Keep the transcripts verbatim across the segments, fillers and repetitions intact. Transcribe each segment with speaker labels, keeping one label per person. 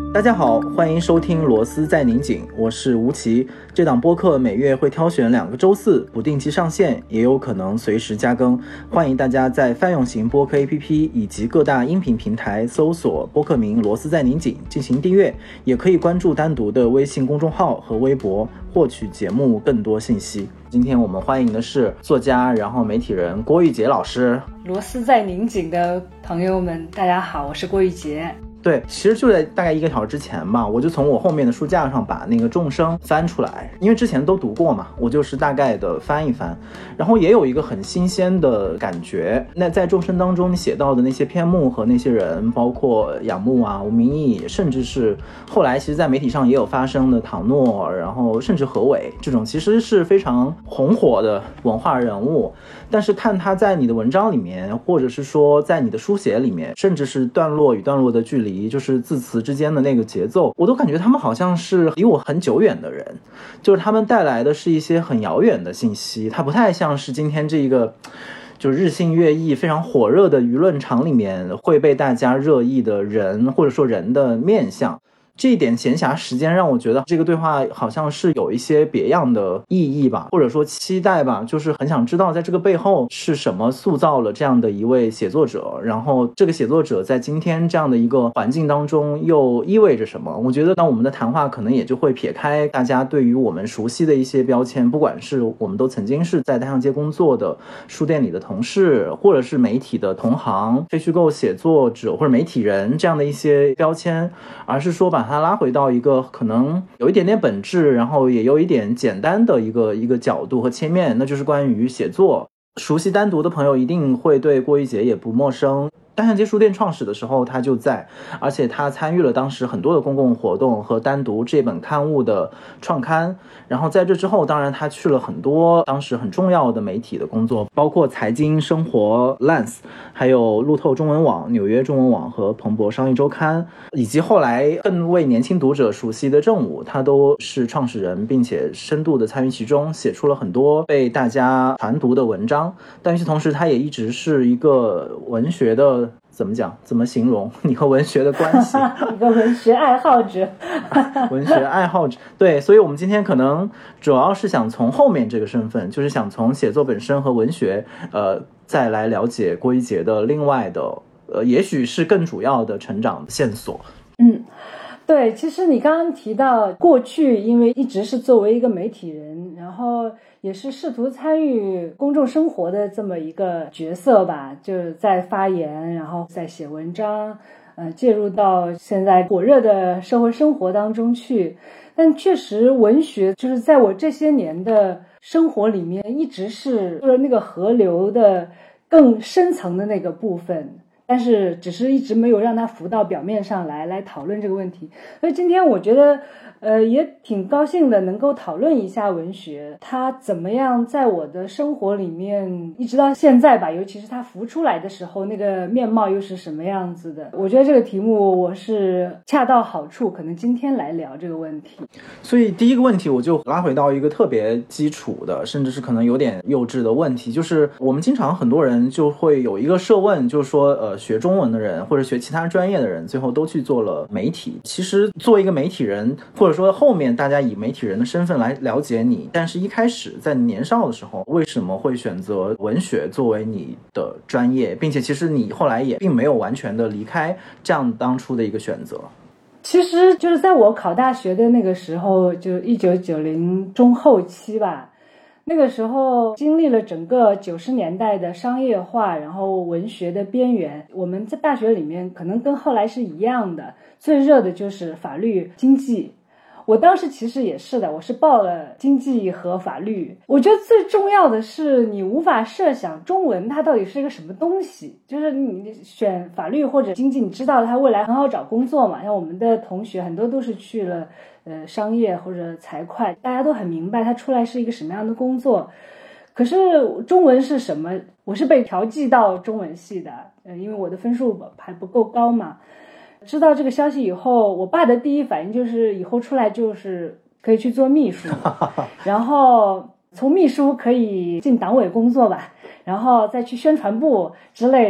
Speaker 1: 大家好，欢迎收听螺丝在拧紧，我是吴奇。这档播客每月会挑选两个周四不定期上线，也有可能随时加更。欢迎大家在泛用型播客 A P P 以及各大音频平台搜索播客名螺丝在拧紧进行订阅，也可以关注单独的微信公众号和微博获取节目更多信息。今天我们欢迎的是作家然后媒体人郭玉洁老师。
Speaker 2: 螺丝在拧紧的朋友们大家好，我是郭玉洁。
Speaker 1: 对，其实就在大概一个小时之前吧，我就从我后面的书架上把那个众生翻出来，因为之前都读过嘛，我就是大概的翻一翻，然后也有一个很新鲜的感觉。那在众生当中你写到的那些篇目和那些人，包括仰慕啊、吴明益，甚至是后来其实在媒体上也有发生的唐诺，然后甚至何伟，这种其实是非常红火的文化人物，但是看他在你的文章里面，或者是说在你的书写里面，甚至是段落与段落的距离，就是字词之间的那个节奏，我都感觉他们好像是离我很久远的人，就是他们带来的是一些很遥远的信息，它不太像是今天这个就日新月异非常火热的舆论场里面会被大家热议的人，或者说人的面相。这一点闲暇时间让我觉得这个对话好像是有一些别样的意义吧，或者说期待吧，就是很想知道在这个背后是什么塑造了这样的一位写作者，然后这个写作者在今天这样的一个环境当中又意味着什么。我觉得那我们的谈话可能也就会撇开大家对于我们熟悉的一些标签，不管是我们都曾经是在单向街工作的书店里的同事，或者是媒体的同行、非虚构写作者或者媒体人这样的一些标签，而是说把它拉回到一个可能有一点点本质，然后也有一点简单的一个一个角度和切面，那就是关于写作。熟悉单独的朋友一定会对郭玉洁也不陌生，单向街书店创始的时候他就在，而且他参与了当时很多的公共活动和单独这本刊物的创刊，然后在这之后当然他去了很多当时很重要的媒体的工作，包括财经生活 Lens， 还有路透中文网、纽约中文网和彭博商业周刊，以及后来更为年轻读者熟悉的正午，他都是创始人，并且深度的参与其中，写出了很多被大家传读的文章。但与此同时他也一直是一个文学的怎么讲？怎么形容你和文学的关系？
Speaker 2: 一个文学爱好者，
Speaker 1: 文学爱好者。对，所以我们今天可能主要是想从后面这个身份，就是想从写作本身和文学，呃，再来了解郭玉洁的另外的，呃，也许是更主要的成长线索。
Speaker 2: 嗯。对，其实你刚刚提到过去因为一直是作为一个媒体人，然后也是试图参与公众生活的这么一个角色吧，就是在发言，然后在写文章，呃，介入到现在火热的社会生活当中去。但确实文学就是在我这些年的生活里面一直是就是那个河流的更深层的那个部分，但是只是一直没有让它浮到表面上来来讨论这个问题。所以今天我觉得呃，也挺高兴的能够讨论一下文学它怎么样在我的生活里面一直到现在吧，尤其是它浮出来的时候那个面貌又是什么样子的。我觉得这个题目我是恰到好处，可能今天来聊这个问题。
Speaker 1: 所以第一个问题我就拉回到一个特别基础的，甚至是可能有点幼稚的问题，就是我们经常很多人就会有一个设问，就是说呃，学中文的人或者学其他专业的人最后都去做了媒体。其实做一个媒体人，或者说后面大家以媒体人的身份来了解你，但是一开始在年少的时候为什么会选择文学作为你的专业，并且其实你后来也并没有完全的离开这样当初的一个选择。
Speaker 2: 其实就是在我考大学的那个时候，就一九九零中后期吧，那个时候经历了整个九十年代的商业化，然后文学的边缘。我们在大学里面可能跟后来是一样的，最热的就是法律、经济。我当时其实也是的，我是报了经济和法律。我觉得最重要的是你无法设想中文它到底是一个什么东西，就是你选法律或者经济，你知道它未来很好找工作嘛，像我们的同学很多都是去了呃商业或者财会，大家都很明白它出来是一个什么样的工作。可是中文是什么？我是被调剂到中文系的，呃，因为我的分数还不够高嘛。知道这个消息以后，我爸的第一反应就是以后出来就是可以去做秘书，然后从秘书可以进党委工作吧，然后再去宣传部之类的。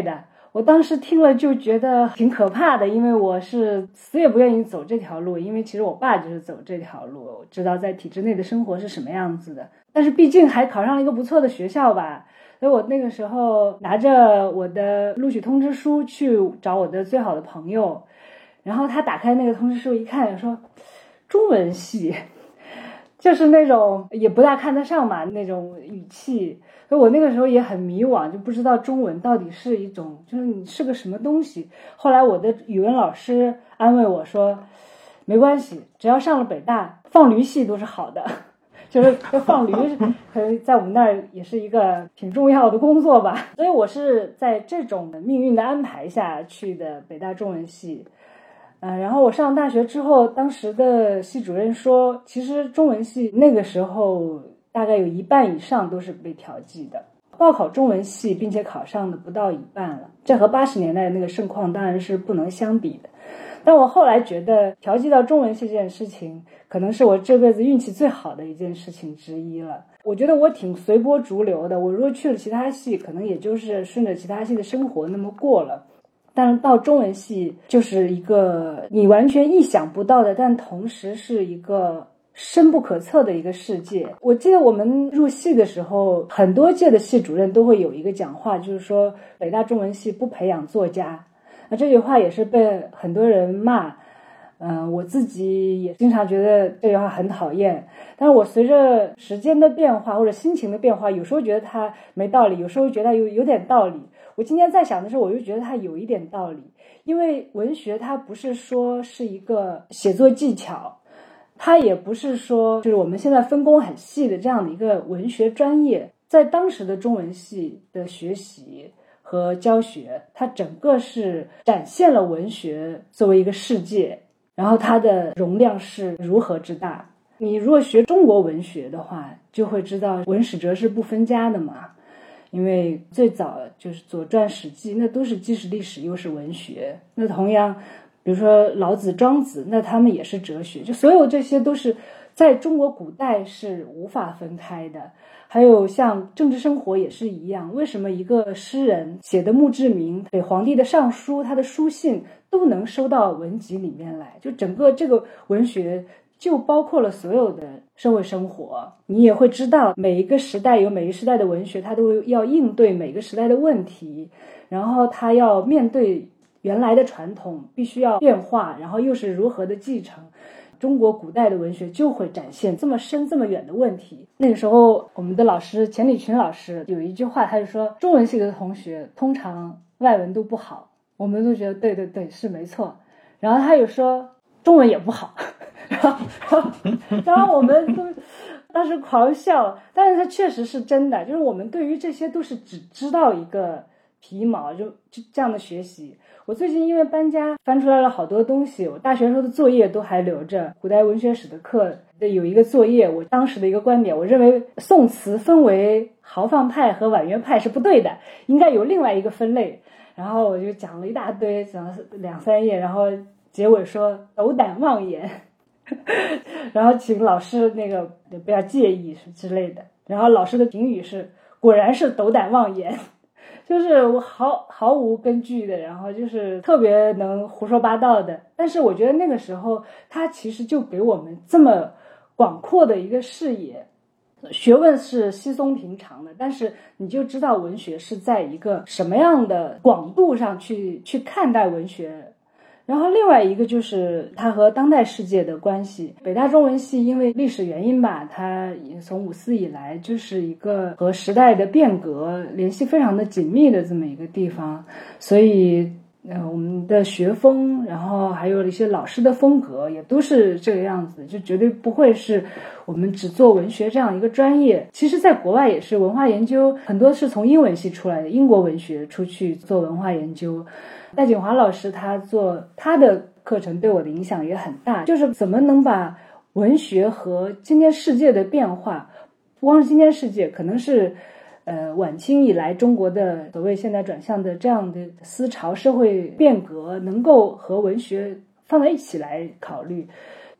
Speaker 2: 我当时听了就觉得挺可怕的，因为我是死也不愿意走这条路，因为其实我爸就是走这条路，我知道在体制内的生活是什么样子的。但是毕竟还考上了一个不错的学校吧，所以我那个时候拿着我的录取通知书去找我的最好的朋友，然后他打开那个通知书一看，说中文系，就是那种也不大看得上嘛那种语气。所以我那个时候也很迷惘，就不知道中文到底是一种就是你是个什么东西。后来我的语文老师安慰我说没关系，只要上了北大放驴系都是好的，就是放驴可能在我们那儿也是一个挺重要的工作吧。所以我是在这种命运的安排下去的北大中文系。嗯、呃，然后我上大学之后，当时的系主任说，其实中文系那个时候大概有一半以上都是被调剂的，报考中文系并且考上的不到一半了，这和八十年代的那个盛况当然是不能相比的。但我后来觉得调剂到中文系这件事情可能是我这辈子运气最好的一件事情之一了。我觉得我挺随波逐流的，我如果去了其他系可能也就是顺着其他系的生活那么过了，但是到中文系就是一个你完全意想不到的，但同时是一个深不可测的一个世界。我记得我们入系的时候，很多届的系主任都会有一个讲话，就是说北大中文系不培养作家。那这句话也是被很多人骂，嗯、呃，我自己也经常觉得这句话很讨厌。但是我随着时间的变化或者心情的变化，有时候觉得它没道理，有时候觉得有有点道理。我今天在想的时候，我就觉得它有一点道理，因为文学它不是说是一个写作技巧，它也不是说就是我们现在分工很细的这样的一个文学专业。在当时的中文系的学习和教学，它整个是展现了文学作为一个世界，然后它的容量是如何之大。你如果学中国文学的话，就会知道文史哲是不分家的嘛，因为最早就是左传史记，那都是既是历史又是文学。那同样比如说老子庄子，那他们也是哲学，就所有这些都是在中国古代是无法分开的。还有像政治生活也是一样，为什么一个诗人写的墓志铭给皇帝的上书，他的书信都能收到文集里面来，就整个这个文学就包括了所有的社会生活。你也会知道每一个时代有每一个时代的文学，它都要应对每个时代的问题，然后它要面对原来的传统必须要变化，然后又是如何的继承。中国古代的文学就会展现这么深这么远的问题。那个时候我们的老师钱理群老师有一句话，他就说中文系的同学通常外文都不好，我们都觉得对对对是没错。然后他又说中文也不好，然后然后我们都当时狂笑，但是他确实是真的，就是我们对于这些都是只知道一个皮毛，就就这样的学习。我最近因为搬家翻出来了好多东西，我大学时候的作业都还留着。古代文学史的课有一个作业，我当时的一个观点，我认为宋词分为豪放派和婉约派是不对的，应该有另外一个分类。然后我就讲了一大堆，讲了两三页，然后结尾说斗胆妄言然后请老师那个不要介意之类的。然后老师的评语是果然是斗胆妄言，就是我毫毫无根据的，然后就是特别能胡说八道的。但是我觉得那个时候他其实就给我们这么广阔的一个视野，学问是稀松平常的，但是你就知道文学是在一个什么样的广度上去去看待文学。然后另外一个就是它和当代世界的关系。北大中文系因为历史原因吧，它从五四以来就是一个和时代的变革联系非常的紧密的这么一个地方，所以呃，我们的学风，然后还有一些老师的风格也都是这个样子，就绝对不会是我们只做文学这样一个专业。其实在国外也是文化研究很多是从英文系出来的，英国文学出去做文化研究。戴锦华老师他做他的课程对我的影响也很大，就是怎么能把文学和今天世界的变化，不光是今天世界，可能是呃晚清以来中国的所谓现代转向的这样的思潮社会变革，能够和文学放在一起来考虑。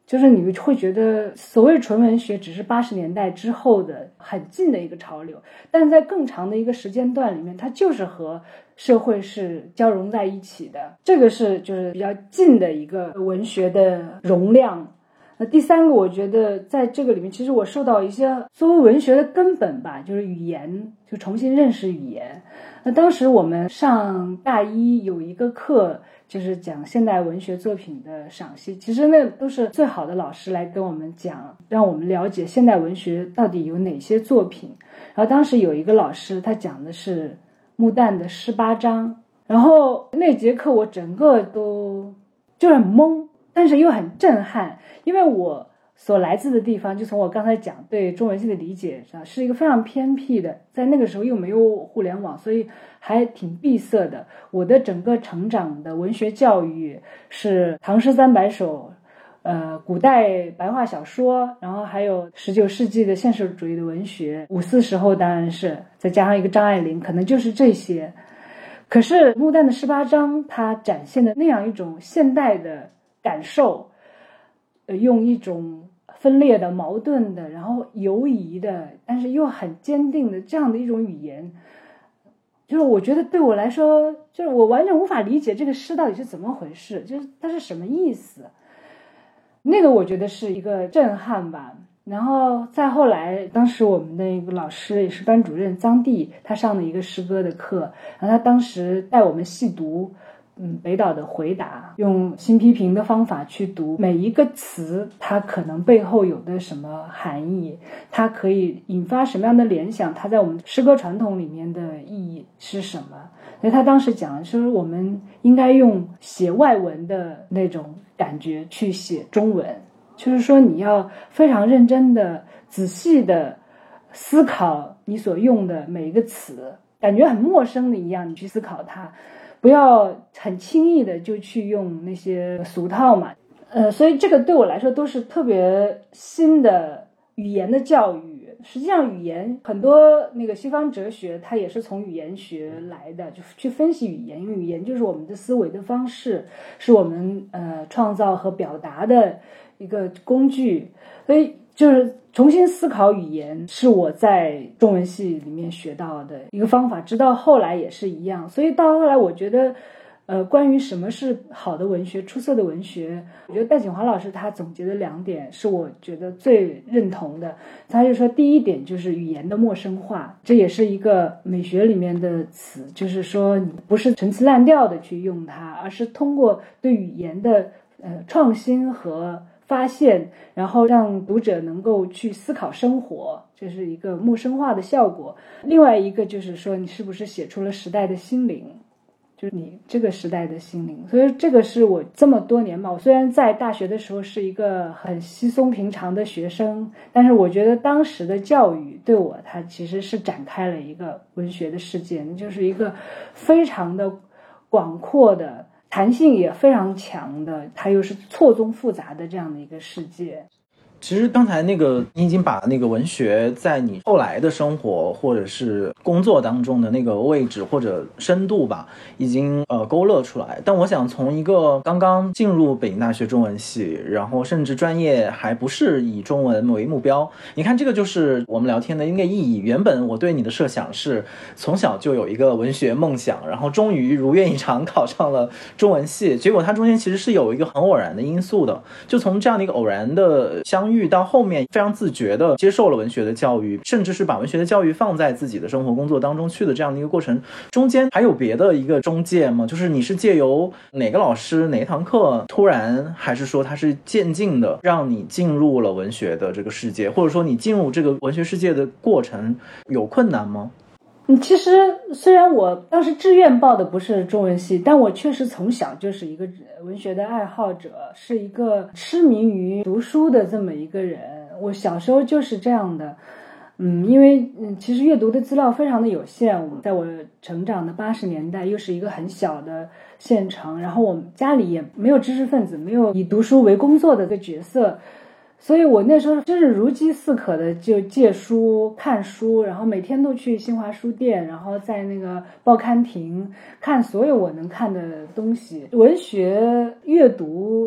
Speaker 2: 就是你会觉得所谓纯文学只是八十年代之后的很近的一个潮流，但在更长的一个时间段里面，它就是和社会是交融在一起的。这个是就是比较近的一个文学的容量。那第三个，我觉得在这个里面，其实我受到一些作为文学的根本吧，就是语言，就重新认识语言。那当时我们上大一有一个课，就是讲现代文学作品的赏析，其实那都是最好的老师来跟我们讲，让我们了解现代文学到底有哪些作品。然后当时有一个老师，他讲的是穆旦的十八章，然后那节课我整个都就是很懵，但是又很震撼，因为我所来自的地方，就从我刚才讲对中文系的理解上，是一个非常偏僻的，在那个时候又没有互联网，所以还挺闭塞的。我的整个成长的文学教育是唐诗三百首，呃，古代白话小说，然后还有十九世纪的现实主义的文学，五四时候当然是再加上一个张爱玲，可能就是这些。可是穆旦的十八章，它展现的那样一种现代的感受，呃，用一种分裂的、矛盾的，然后犹疑的，但是又很坚定的这样的一种语言，就是我觉得对我来说，就是我完全无法理解这个诗到底是怎么回事，就是它是什么意思。那个我觉得是一个震撼吧。然后再后来，当时我们的一个老师也是班主任臧棣，他上了一个诗歌的课，然后他当时带我们细读嗯，北岛的回答，用新批评的方法去读每一个词，它可能背后有的什么含义，它可以引发什么样的联想，它在我们诗歌传统里面的意义是什么。所以他当时讲说，我们应该用写外文的那种感觉去写中文，就是说你要非常认真的、仔细的思考你所用的每一个词，感觉很陌生的一样，你去思考它。不要很轻易的就去用那些俗套嘛，呃，所以这个对我来说都是特别新的语言的教育。实际上语言很多那个西方哲学它也是从语言学来的，就去分析语言，因为语言就是我们的思维的方式，是我们呃创造和表达的一个工具。所以就是重新思考语言是我在中文系里面学到的一个方法，直到后来也是一样。所以到后来我觉得呃，关于什么是好的文学、出色的文学，我觉得戴锦华老师他总结的两点是我觉得最认同的。他就说第一点就是语言的陌生化，这也是一个美学里面的词，就是说你不是陈词滥调的去用它，而是通过对语言的呃创新和发现，然后让读者能够去思考生活，这是一个陌生化的效果。另外一个就是说你是不是写出了时代的心灵，就是你这个时代的心灵。所以这个是我这么多年吧，我虽然在大学的时候是一个很稀松平常的学生，但是我觉得当时的教育对我它其实是展开了一个文学的世界，就是一个非常的广阔的，弹性也非常强的，它又是错综复杂的这样的一个世界。
Speaker 1: 其实刚才那个你已经把那个文学在你后来的生活或者是工作当中的那个位置或者深度吧，已经呃勾勒出来。但我想从一个刚刚进入北京大学中文系，然后甚至专业还不是以中文为目标，你看这个就是我们聊天的一个意义。原本我对你的设想是从小就有一个文学梦想，然后终于如愿以偿考上了中文系，结果它中间其实是有一个很偶然的因素的，就从这样的一个偶然的相遇到后面非常自觉的接受了文学的教育，甚至是把文学的教育放在自己的生活工作当中去的这样的一个过程，中间还有别的一个中介吗？就是你是借由哪个老师哪一堂课突然，还是说它是渐进的让你进入了文学的这个世界，或者说你进入这个文学世界的过程有困难吗？
Speaker 2: 嗯，其实虽然我当时志愿报的不是中文系，但我确实从小就是一个文学的爱好者，是一个痴迷于读书的这么一个人。我小时候就是这样的，嗯，因为嗯，其实阅读的资料非常的有限。在我成长的八十年代，又是一个很小的县城，然后我们家里也没有知识分子，没有以读书为工作的一个角色。所以我那时候真是如饥似渴的就借书看书，然后每天都去新华书店，然后在那个报刊亭看所有我能看的东西。文学阅读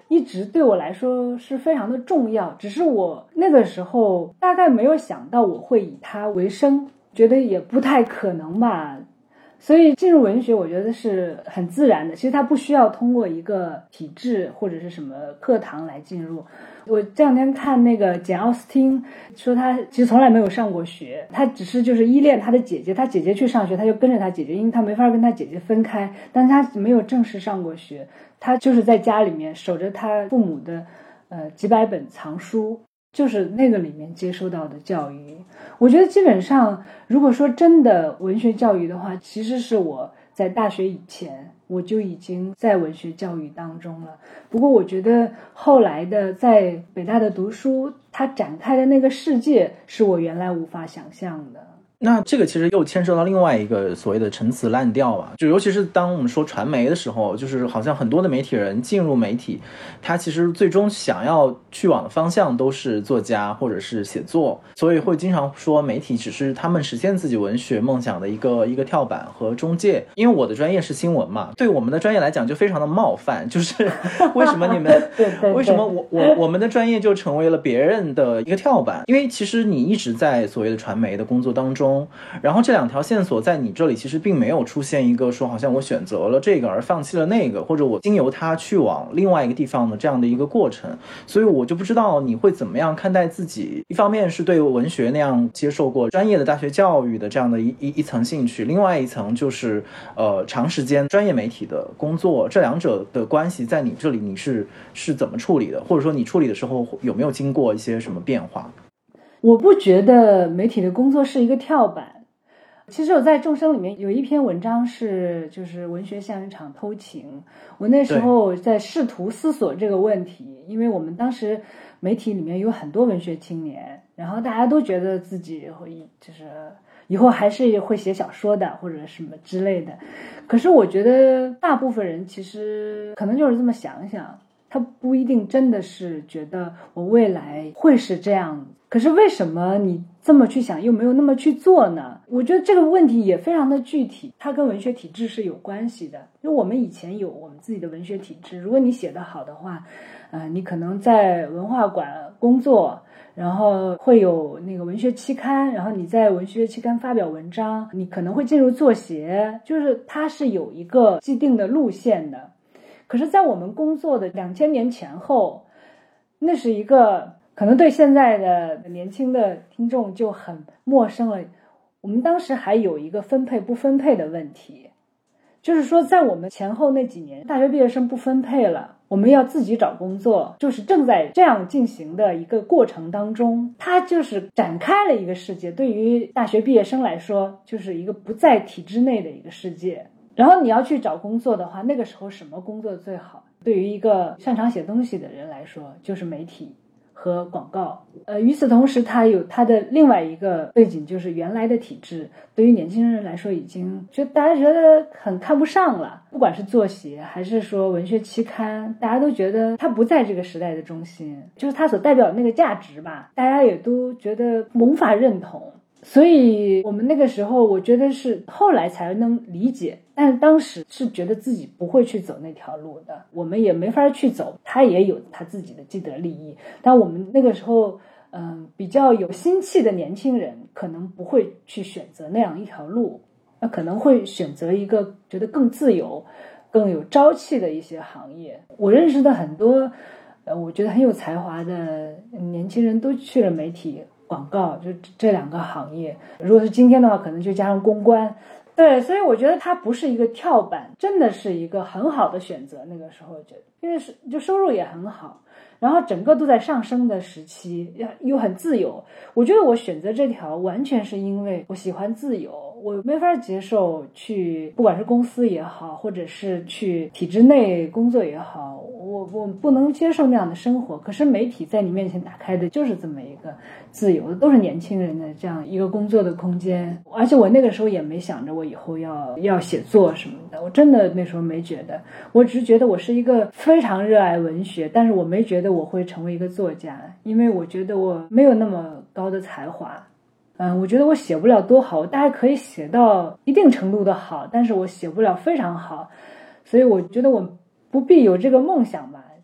Speaker 2: 一直对我来说是非常的重要，只是我那个时候大概没有想到我会以它为生，觉得也不太可能吧。所以进入文学我觉得是很自然的，其实它不需要通过一个体制或者是什么课堂来进入。我这两天看那个简奥斯汀说他其实从来没有上过学，他只是就是依恋他的姐姐，他姐姐去上学他就跟着他姐姐，因为他没法跟他姐姐分开，但是他没有正式上过学，他就是在家里面守着他父母的呃几百本藏书，就是那个里面接收到的教育。我觉得基本上如果说真的文学教育的话，其实是我在大学以前我就已经在文学教育当中了。不过我觉得后来的在北大的读书，它展开的那个世界是我原来无法想象的。
Speaker 1: 那这个其实又牵涉到另外一个所谓的陈词滥调吧，就尤其是当我们说传媒的时候，就是好像很多的媒体人进入媒体，他其实最终想要去往的方向都是作家或者是写作，所以会经常说媒体只是他们实现自己文学梦想的一个一个跳板和中介。因为我的专业是新闻嘛，对我们的专业来讲就非常的冒犯，就是为什么你们
Speaker 2: 对对对，
Speaker 1: 为什么我我我们的专业就成为了别人的一个跳板？因为其实你一直在所谓的传媒的工作当中，然后这两条线索在你这里其实并没有出现一个说好像我选择了这个而放弃了那个，或者我经由它去往另外一个地方的这样的一个过程。所以我就不知道你会怎么样看待自己，一方面是对文学那样接受过专业的大学教育的这样的一一一层兴趣，另外一层就是呃长时间专业媒体的工作，这两者的关系在你这里你是是怎么处理的，或者说你处理的时候有没有经过一些什么变化？
Speaker 2: 我不觉得媒体的工作是一个跳板。其实我在众生里面有一篇文章是就是文学像一场偷情，我那时候在试图思索这个问题，因为我们当时媒体里面有很多文学青年，然后大家都觉得自己会就是以后还是会写小说的或者什么之类的，可是我觉得大部分人其实可能就是这么想想，他不一定真的是觉得我未来会是这样。可是为什么你这么去想又没有那么去做呢？我觉得这个问题也非常的具体，它跟文学体制是有关系的。因为我们以前有我们自己的文学体制，如果你写得好的话，呃，你可能在文化馆工作，然后会有那个文学期刊，然后你在文学期刊发表文章，你可能会进入作协，就是它是有一个既定的路线的。可是在我们工作的两千年前后，那是一个可能对现在的年轻的听众就很陌生了。我们当时还有一个分配不分配的问题，就是说在我们前后那几年，大学毕业生不分配了，我们要自己找工作，就是正在这样进行的一个过程当中，它就是展开了一个世界。对于大学毕业生来说，就是一个不在体制内的一个世界。然后你要去找工作的话，那个时候什么工作最好？对于一个擅长写东西的人来说，就是媒体和广告。呃，与此同时，它有它的另外一个背景，就是原来的体制对于年轻人来说已经就大家觉得很看不上了，不管是作协还是说文学期刊，大家都觉得它不在这个时代的中心，就是它所代表的那个价值吧，大家也都觉得无法认同。所以我们那个时候我觉得是后来才能理解，但是当时是觉得自己不会去走那条路的，我们也没法去走，他也有他自己的既得利益。但我们那个时候嗯，比较有心气的年轻人可能不会去选择那样一条路，那可能会选择一个觉得更自由更有朝气的一些行业。我认识的很多呃，我觉得很有才华的年轻人都去了媒体广告，就这两个行业。如果是今天的话，可能就加上公关。对，所以我觉得它不是一个跳板，真的是一个很好的选择。那个时候觉得，因为是就收入也很好，然后整个都在上升的时期，又很自由。我觉得我选择这条完全是因为我喜欢自由，我没法接受去不管是公司也好，或者是去体制内工作也好，我我不能接受那样的生活。可是媒体在你面前打开的就是这么一个自由的，都是年轻人的这样一个工作的空间。而且我那个时候也没想着我以后要要写作什么的，我真的那时候没觉得，我只是觉得我是一个非常热爱文学，但是我没觉得我会成为一个作家，因为我觉得我没有那么高的才华。嗯，我觉得我写不了多好，我大概可以写到一定程度的好，但是我写不了非常好，所以我觉得我不必有这个梦想吧。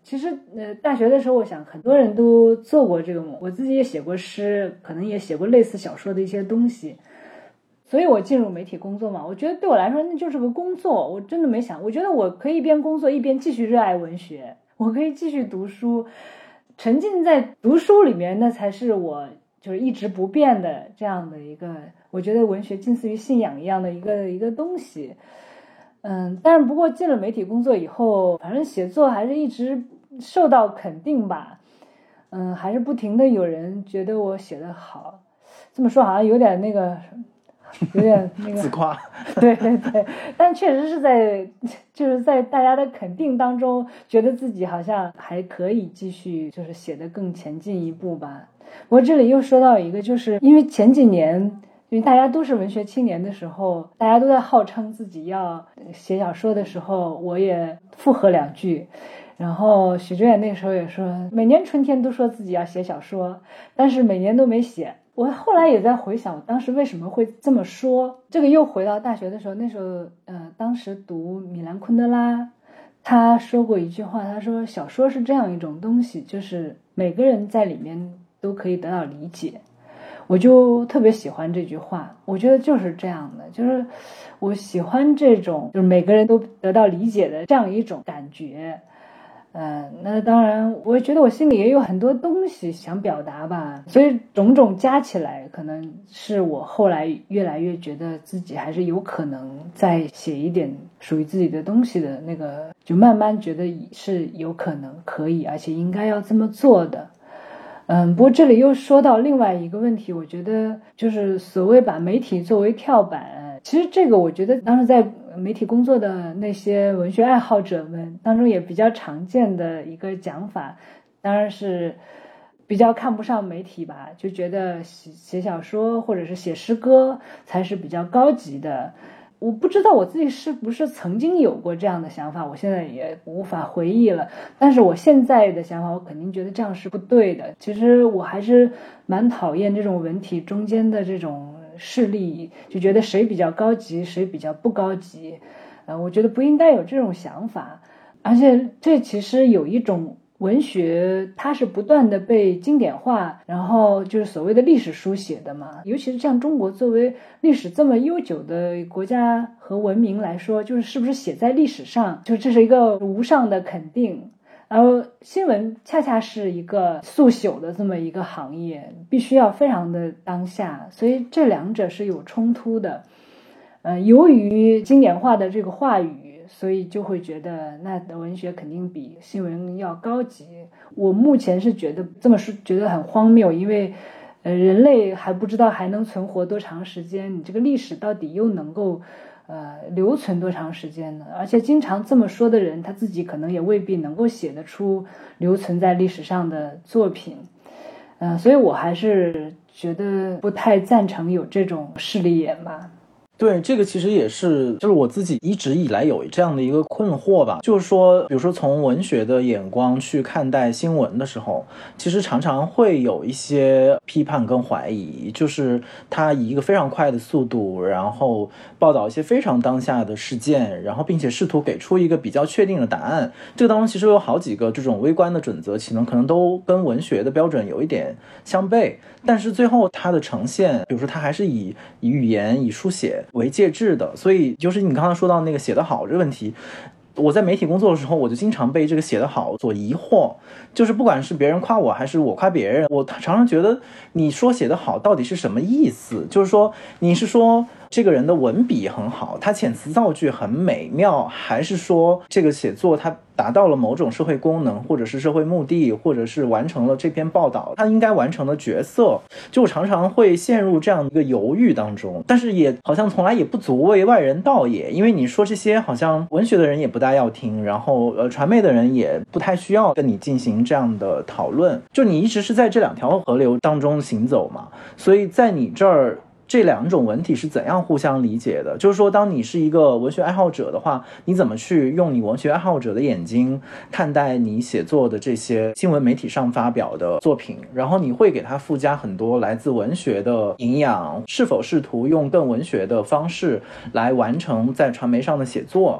Speaker 2: 其实呃，大学的时候，我想很多人都做过这个梦，我自己也写过诗，可能也写过类似小说的一些东西。所以我进入媒体工作嘛，我觉得对我来说那就是个工作，我真的没想，我觉得我可以一边工作一边继续热爱文学，我可以继续读书，沉浸在读书里面，那才是我就是一直不变的这样的一个，我觉得文学近似于信仰一样的一个一个东西。嗯，但是不过进了媒体工作以后，反正写作还是一直受到肯定吧。嗯，还是不停的有人觉得我写得好，这么说好像有点那个，有点那个
Speaker 1: 自夸。
Speaker 2: 对对对，但确实是在就是在大家的肯定当中，觉得自己好像还可以继续就是写得更前进一步吧。不过这里又说到一个，就是因为前几年。因为大家都是文学青年的时候，大家都在号称自己要写小说的时候，我也附和两句。然后许知远那时候也说，每年春天都说自己要写小说，但是每年都没写。我后来也在回想，我当时为什么会这么说。这个又回到大学的时候，那时候呃，当时读米兰昆德拉，他说过一句话，他说小说是这样一种东西，就是每个人在里面都可以得到理解。我就特别喜欢这句话，我觉得就是这样的，就是我喜欢这种就是每个人都得到理解的这样一种感觉。嗯，那当然我觉得我心里也有很多东西想表达吧，所以种种加起来，可能是我后来越来越觉得自己还是有可能再写一点属于自己的东西的那个，就慢慢觉得是有可能可以，而且应该要这么做的。嗯，不过这里又说到另外一个问题，我觉得就是所谓把媒体作为跳板，其实这个我觉得当时在媒体工作的那些文学爱好者们当中也比较常见的一个讲法，当然是比较看不上媒体吧，就觉得写小说或者是写诗歌才是比较高级的。我不知道我自己是不是曾经有过这样的想法，我现在也无法回忆了，但是我现在的想法，我肯定觉得这样是不对的。其实我还是蛮讨厌这种文体中间的这种势力，就觉得谁比较高级谁比较不高级，呃，我觉得不应该有这种想法。而且这其实有一种文学，它是不断的被经典化，然后就是所谓的历史书写的嘛。尤其是像中国作为历史这么悠久的国家和文明来说，就是是不是写在历史上，就这是一个无上的肯定。然后新闻恰恰是一个速朽的这么一个行业，必须要非常的当下，所以这两者是有冲突的。呃，由于经典化的这个话语，所以就会觉得那文学肯定比新闻要高级。我目前是觉得这么说觉得很荒谬，因为呃人类还不知道还能存活多长时间，你这个历史到底又能够呃留存多长时间呢？而且经常这么说的人，他自己可能也未必能够写得出留存在历史上的作品。嗯、呃，所以我还是觉得不太赞成有这种势利眼吧。
Speaker 1: 对，这个其实也是就是我自己一直以来有这样的一个困惑吧，就是说比如说从文学的眼光去看待新闻的时候，其实常常会有一些批判跟怀疑，就是它以一个非常快的速度，然后报道一些非常当下的事件，然后并且试图给出一个比较确定的答案。这个当中其实有好几个这种微观的准则，其能可能都跟文学的标准有一点相悖，但是最后它的呈现，比如说它还是以以语言以书写为介质的。所以就是你刚刚说到那个写得好这个问题，我在媒体工作的时候，我就经常被这个写得好所疑惑，就是不管是别人夸我还是我夸别人，我常常觉得你说写得好到底是什么意思？就是说你是说这个人的文笔很好，他遣词造句很美妙，还是说这个写作他达到了某种社会功能，或者是社会目的，或者是完成了这篇报道他应该完成的角色？就我常常会陷入这样一个犹豫当中，但是也好像从来也不足为外人道也，因为你说这些好像文学的人也不大要听，然后呃传媒的人也不太需要跟你进行这样的讨论，就你一直是在这两条河流当中行走嘛，所以在你这儿这两种文体是怎样互相理解的？就是说当你是一个文学爱好者的话，你怎么去用你文学爱好者的眼睛看待你写作的这些新闻媒体上发表的作品，然后你会给它附加很多来自文学的营养，是否试图用更文学的方式来完成在传媒上的写作？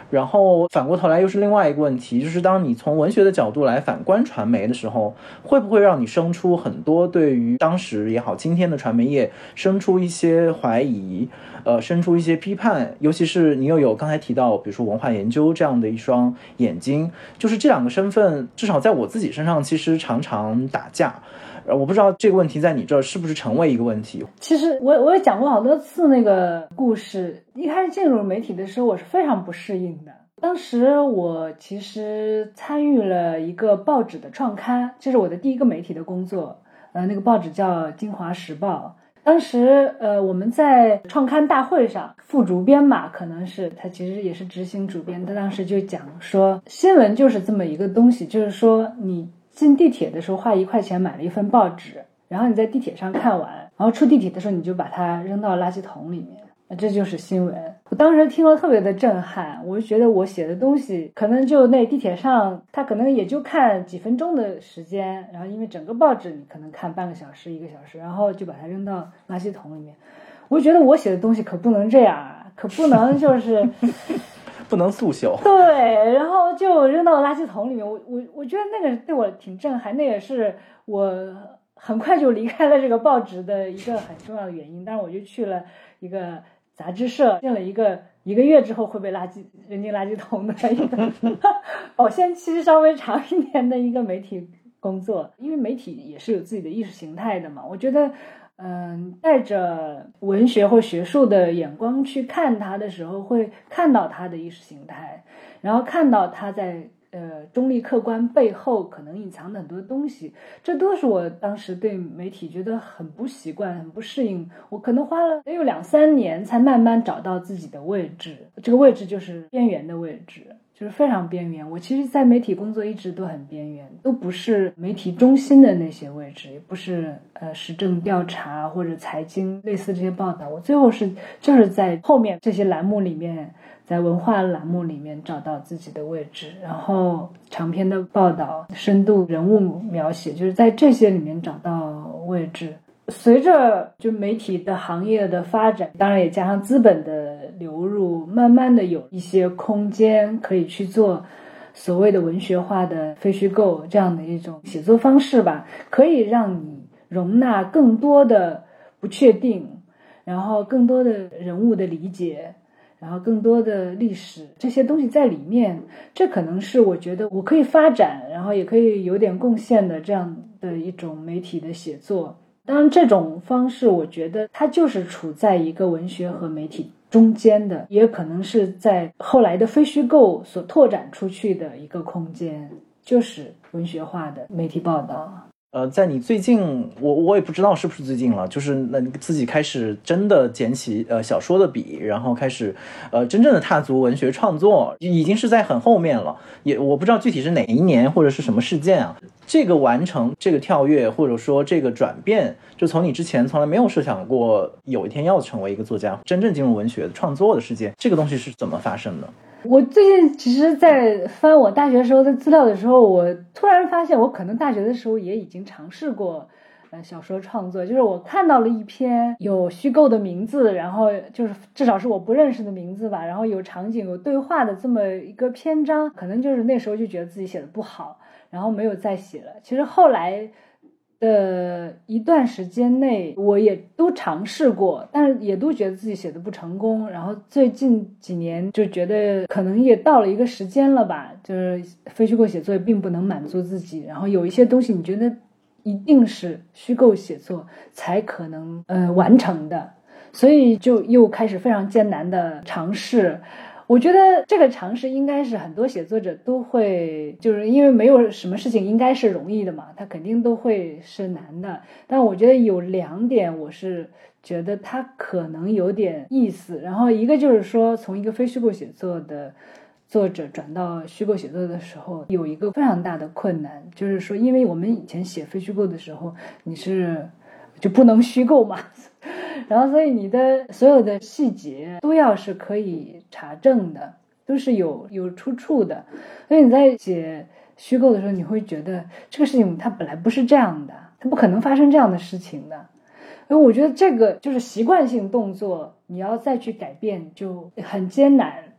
Speaker 1: 然后反过头来又是另外一个问题，就是当你从文学的角度来反观传媒的时候，会不会让你生出很多对于当时也好今天的传媒业生出一些怀疑，呃，生出一些批判，尤其是你又有刚才提到比如说文化研究这样的一双眼睛，就是这两个身份至少在我自己身上其实常常打架。我不知道这个问题在你这儿是不是成为一个问题。
Speaker 2: 其实我我也讲过好多次那个故事，一开始进入媒体的时候我是非常不适应的。当时我其实参与了一个报纸的创刊，这是我的第一个媒体的工作，呃，那个报纸叫《京华时报》。当时呃我们在创刊大会上，副主编嘛，可能是他其实也是执行主编，他当时就讲说，新闻就是这么一个东西，就是说你进地铁的时候花一块钱买了一份报纸，然后你在地铁上看完，然后出地铁的时候你就把它扔到垃圾桶里面，这就是新闻。我当时听了特别的震撼，我就觉得我写的东西可能就那地铁上他可能也就看几分钟的时间，然后因为整个报纸你可能看半个小时一个小时，然后就把它扔到垃圾桶里面。我就觉得我写的东西可不能这样啊，可不能就是
Speaker 1: 不能速朽。
Speaker 2: 对，然后就扔到垃圾桶里面。我我我觉得那个对我挺震撼，那也是我很快就离开了这个报纸的一个很重要的原因。当然我就去了一个杂志社，进了一个一个月之后会被垃圾扔进垃圾桶的一个保鲜期稍微长一点的一个媒体工作。因为媒体也是有自己的意识形态的嘛，我觉得嗯，带着文学或学术的眼光去看它的时候，会看到它的意识形态，然后看到它在呃中立客观背后可能隐藏的很多东西。这都是我当时对媒体觉得很不习惯、很不适应。我可能花了得有两三年才慢慢找到自己的位置，这个位置就是边缘的位置，就是非常边缘。我其实在媒体工作一直都很边缘，都不是媒体中心的那些位置，也不是呃时政调查或者财经类似这些报道。我最后是就是在后面这些栏目里面，在文化栏目里面找到自己的位置，然后长篇的报道、深度人物描写，就是在这些里面找到位置。随着就媒体的行业的发展，当然也加上资本的流入，慢慢的有一些空间可以去做所谓的文学化的非虚构这样的一种写作方式吧，可以让你容纳更多的不确定，然后更多的人物的理解，然后更多的历史这些东西在里面。这可能是我觉得我可以发展，然后也可以有点贡献的这样的一种媒体的写作。当然这种方式我觉得它就是处在一个文学和媒体中间的，也可能是在后来的非虚构所拓展出去的一个空间，就是文学化的媒体报道。
Speaker 1: 呃，在你最近，我我也不知道是不是最近了，就是那你自己开始真的捡起呃小说的笔，然后开始呃真正的踏足文学创作，已经是在很后面了。也我不知道具体是哪一年或者是什么事件啊。这个完成这个跳跃或者说这个转变，就从你之前从来没有设想过有一天要成为一个作家，真正进入文学创作的世界，这个东西是怎么发生的？
Speaker 2: 我最近其实在翻我大学时候的资料的时候，我突然发现我可能大学的时候也已经尝试过呃小说创作。就是我看到了一篇有虚构的名字，然后就是至少是我不认识的名字吧，然后有场景有对话的这么一个篇章，可能就是那时候就觉得自己写的不好，然后没有再写了。其实后来的一段时间内我也都尝试过，但是也都觉得自己写的不成功。然后最近几年就觉得可能也到了一个时间了吧，就是非虚构写作也并不能满足自己，然后有一些东西你觉得一定是虚构写作才可能呃完成的，所以就又开始非常艰难的尝试。我觉得这个尝试应该是很多写作者都会，就是因为没有什么事情应该是容易的嘛，它肯定都会是难的。但我觉得有两点我是觉得它可能有点意思，然后一个就是说从一个非虚构写作的作者转到虚构写作的时候有一个非常大的困难，就是说因为我们以前写非虚构的时候你是就不能虚构嘛，然后所以你的所有的细节都要是可以查证的，都是有有出处的。所以你在写虚构的时候你会觉得这个事情它本来不是这样的，它不可能发生这样的事情的。因为我觉得这个就是习惯性动作，你要再去改变就很艰难。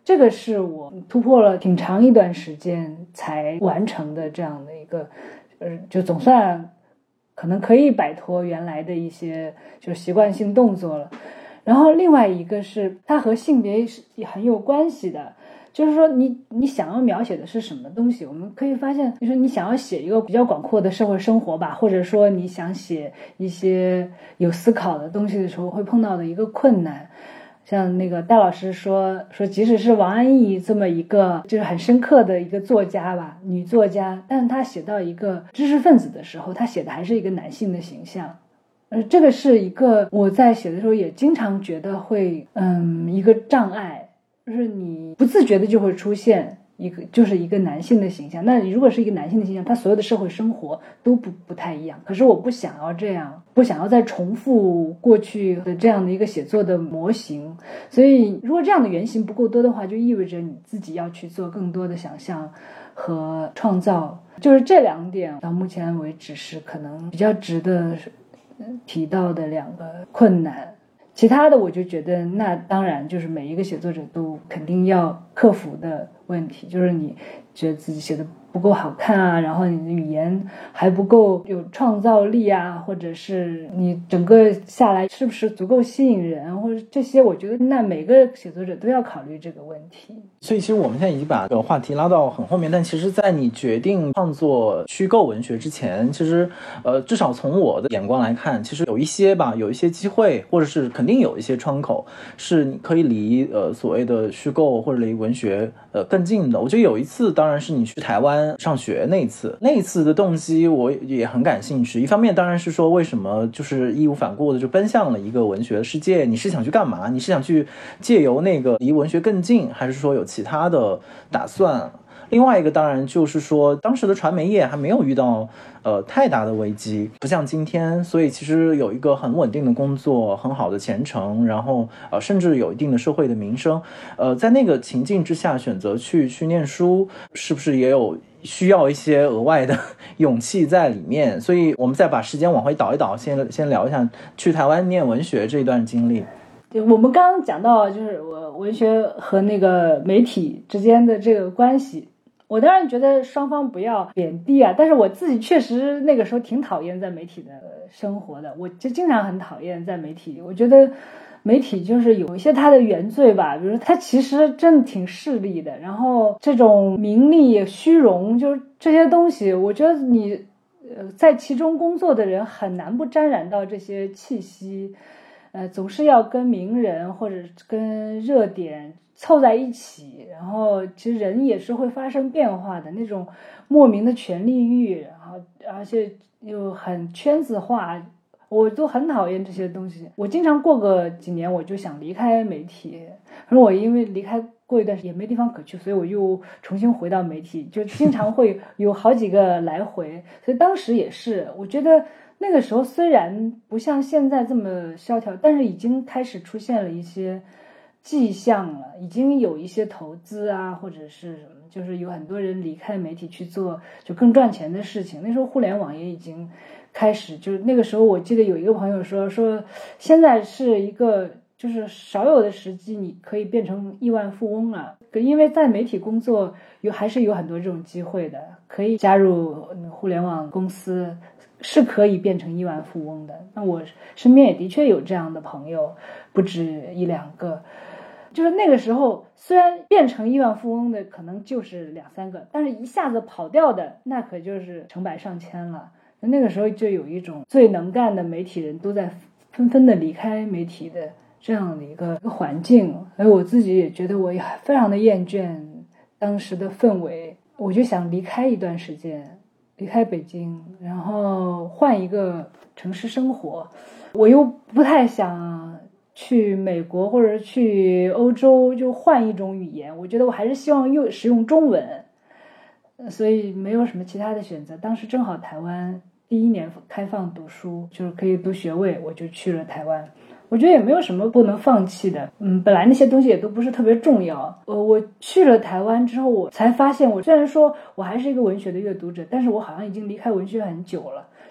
Speaker 2: 这个是我突破了挺长一段时间才完成的这样的一个，呃，就总算可能可以摆脱原来的一些就是习惯性动作了。然后另外一个是它和性别也很有关系的，就是说你你想要描写的是什么东西，我们可以发现就是你想要写一个比较广阔的社会生活吧，或者说你想写一些有思考的东西的时候会碰到的一个困难。像那个戴老师说说即使是王安忆这么一个就是很深刻的一个作家吧，女作家，但是她写到一个知识分子的时候，她写的还是一个男性的形象。呃，这个是一个我在写的时候也经常觉得会嗯一个障碍，就是你不自觉的就会出现一个就是一个男性的形象。那如果是一个男性的形象，他所有的社会生活都不不太一样。可是我不想要这样，不想要再重复过去的这样的一个写作的模型。所以如果这样的原型不够多的话，就意味着你自己要去做更多的想象和创造。就是这两点到目前为止是可能比较值得提到的两个困难。其他的我就觉得那当然就是每一个写作者都肯定要克服的问题，就是你觉得自己写的不够好看啊，然后你的语言还不够有创造力啊，或者是你整个下来是不是足够吸引人，或者这些我觉得那每个写作者都要考虑这个问题。
Speaker 1: 所以其实我们现在已经把这个话题拉到很后面，但其实在你决定创作虚构文学之前，其实呃至少从我的眼光来看，其实有一些吧，有一些机会，或者是肯定有一些窗口是你可以离呃所谓的虚构或者离文学呃更近的。我觉得有一次当然是你去台湾上学那一次，那一次的动机我也很感兴趣。一方面当然是说为什么就是义无反顾的就奔向了一个文学的世界，你是想去干嘛？你是想去借由那个离文学更近，还是说有其他的打算？另外一个当然就是说当时的传媒业还没有遇到呃太大的危机，不像今天，所以其实有一个很稳定的工作，很好的前程，然后呃甚至有一定的社会的名声。呃在那个情境之下选择去去念书，是不是也有需要一些额外的勇气在里面？所以我们再把时间往回倒一倒，先先聊一下去台湾念文学这一段经历。
Speaker 2: 我们刚刚讲到就是我文学和那个媒体之间的这个关系，我当然觉得双方不要贬低啊，但是我自己确实那个时候挺讨厌在媒体的生活的，我就经常很讨厌在媒体。我觉得媒体就是有一些它的原罪吧，比如它其实真的挺势利的，然后这种名利虚荣就是这些东西，我觉得你呃在其中工作的人很难不沾染到这些气息。呃，总是要跟名人或者跟热点凑在一起，然后其实人也是会发生变化的，那种莫名的权力欲，然后而且又很圈子化，我都很讨厌这些东西。我经常过个几年我就想离开媒体，而我因为离开过一段时间也没地方可去，所以我又重新回到媒体，就经常会有好几个来回。所以当时也是我觉得那个时候虽然不像现在这么萧条，但是已经开始出现了一些迹象了，已经有一些投资啊，或者是什么，就是有很多人离开媒体去做就更赚钱的事情。那时候互联网也已经开始，就是那个时候我记得有一个朋友说说现在是一个就是少有的时机你可以变成亿万富翁了，因为在媒体工作有还是有很多这种机会的，可以加入互联网公司是可以变成亿万富翁的。那我身边也的确有这样的朋友，不止一两个。就是那个时候虽然变成亿万富翁的可能就是两三个，但是一下子跑掉的那可就是成百上千了。那个时候就有一种最能干的媒体人都在纷纷的离开媒体的这样的一个环境，而我自己也觉得我也非常的厌倦当时的氛围，我就想离开一段时间，离开北京，然后换一个城市生活。我又不太想去美国或者去欧洲就换一种语言，我觉得我还是希望用使用中文，所以没有什么其他的选择。当时正好台湾第一年开放读书，就是可以读学位，我就去了台湾。我觉得也没有什么不能放弃的，嗯，本来那些东西也都不是特别重要。呃，我去了台湾之后，我才发现，我虽然说我还是一个文学的阅读者，但是我好像已经离开文学很久了。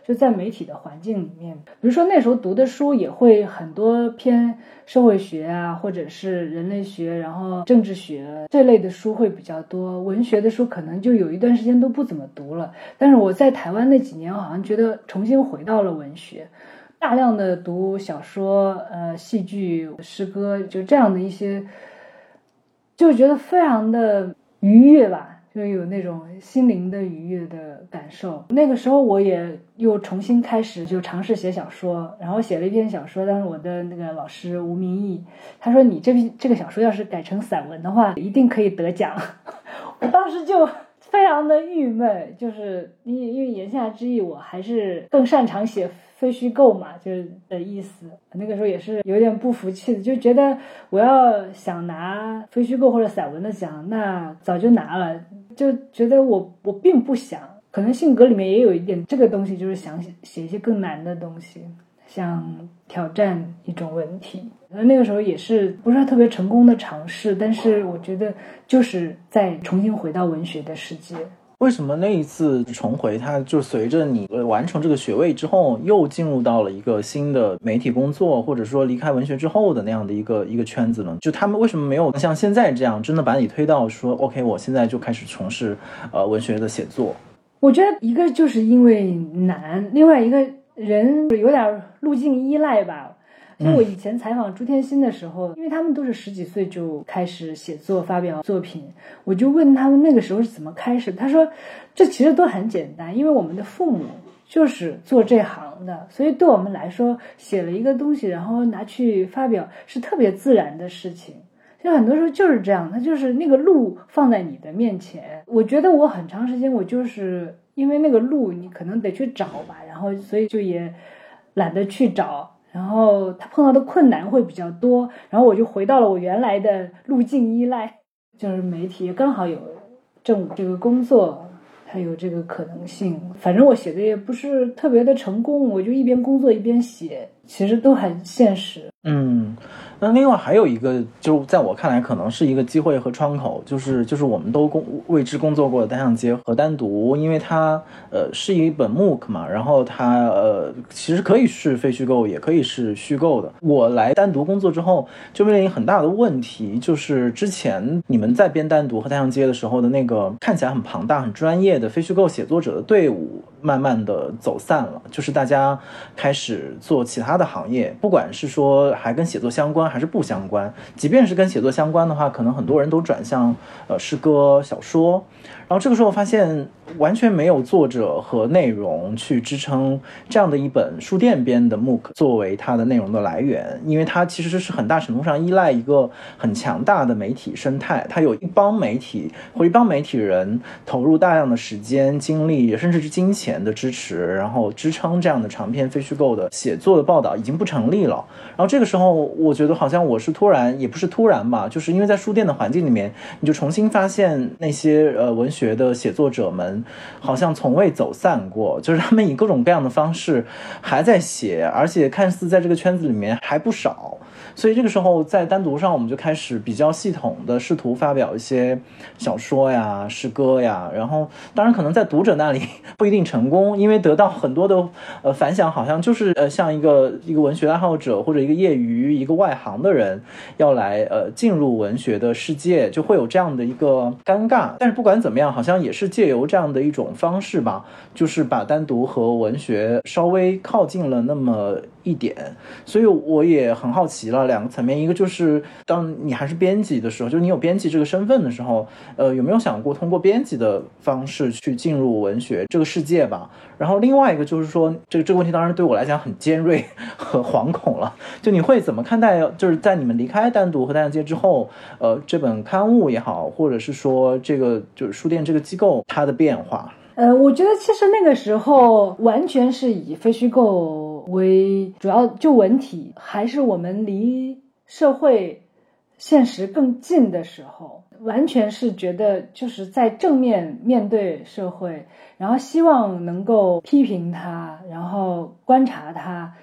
Speaker 2: 就在媒体的环境里面，比如说那时候读的书也会很多偏社会学啊，或者是人类学，然后政治学这类的书会比较多，文学的书可能就有一段时间都不怎么读了。但是我在台湾那几年好像觉得重新回到了文学，大量的读小说、呃戏剧、诗歌，就这样的一些，就觉得非常的愉悦吧。就有那种心灵的愉悦的感受。那个时候我也又重新开始就尝试写小说，然后写了一篇小说，但是我的那个老师吴明义他说你这篇这个小说要是改成散文的话一定可以得奖。我当时就非常的郁闷，就是因为因为言下之意我还是更擅长写非虚构嘛，就是的意思。那个时候也是有点不服气的，就觉得我要想拿非虚构或者散文的奖那早就拿了，就觉得我我并不想，可能性格里面也有一点这个东西，就是想写一些更难的东西，想挑战一种文体。那个时候也是不是特别成功的尝试，但是我觉得就是再重新回到文学的世界。
Speaker 1: 为什么那一次重回它就随着你完成这个学位之后又进入到了一个新的媒体工作，或者说离开文学之后的那样的一个一个圈子呢？就他们为什么没有像现在这样真的把你推到说 OK 我现在就开始从事呃文学的写作？
Speaker 2: 我觉得一个就是因为难，另外一个人有点路径依赖吧。就我以前采访朱天心的时候，因为他们都是十几岁就开始写作发表作品，我就问他们那个时候是怎么开始，他说这其实都很简单，因为我们的父母就是做这行的，所以对我们来说写了一个东西然后拿去发表是特别自然的事情。就很多时候就是这样，他就是那个路放在你的面前。我觉得我很长时间我就是因为那个路你可能得去找吧，然后所以就也懒得去找，然后他碰到的困难会比较多，然后我就回到了我原来的路径依赖，就是媒体刚好有政务这个工作，它有这个可能性。反正我写的也不是特别的成功，我就一边工作一边写，其实都很现实。
Speaker 1: 嗯，那另外还有一个，就在我看来可能是一个机会和窗口，就是就是我们都工为之工作过的单向街和单独，因为它呃是一本 M O O C 嘛，然后它呃其实可以是非虚构，也可以是虚构的。我来单独工作之后，就面临很大的问题，就是之前你们在编单独和单向街的时候的那个看起来很庞大、很专业的非虚构写作者的队伍，慢慢的走散了，就是大家开始做其他的行业，不管是说还跟写作相关还是不相关，即便是跟写作相关的话，可能很多人都转向呃诗歌小说。然后这个时候发现完全没有作者和内容去支撑这样的一本书店编的 M O O C 作为它的内容的来源，因为它其实是很大程度上依赖一个很强大的媒体生态，它有一帮媒体或一帮媒体人投入大量的时间精力甚至是金钱的支持，然后支撑这样的长篇非虚构的写作的报道已经不成立了。然后这个时候我觉得好像我是突然，也不是突然吧，就是因为在书店的环境里面，你就重新发现那些呃文学的写作者们好像从未走散过，就是他们以各种各样的方式还在写，而且看似在这个圈子里面还不少。所以这个时候在单独上我们就开始比较系统的试图发表一些小说呀诗歌呀，然后当然可能在读者那里不一定成功，因为得到很多的呃反响好像就是呃像一个一个文学爱好者或者一个业余一个外行的人要来呃进入文学的世界，就会有这样的一个尴尬。但是不管怎么样，好像也是借由这样的一种方式吧，就是把单独和文学稍微靠近了那么一点。所以我也很好奇了，两个层面，一个就是当你还是编辑的时候，就是你有编辑这个身份的时候，呃，有没有想过通过编辑的方式去进入文学这个世界吧？然后另外一个就是说，这个这个问题当然对我来讲很尖锐和惶恐了，就你会怎么看待，就是在你们离开单独和单向街之后，呃，这本刊物也好，或者是说这个就是书店这个机构它的变化？
Speaker 2: 呃，我觉得其实那个时候完全是以非虚构为主要，就文体还是我们离社会现实更近的时候，完全是觉得就是在正面面对社会，然后希望能够批评它，然后观察它，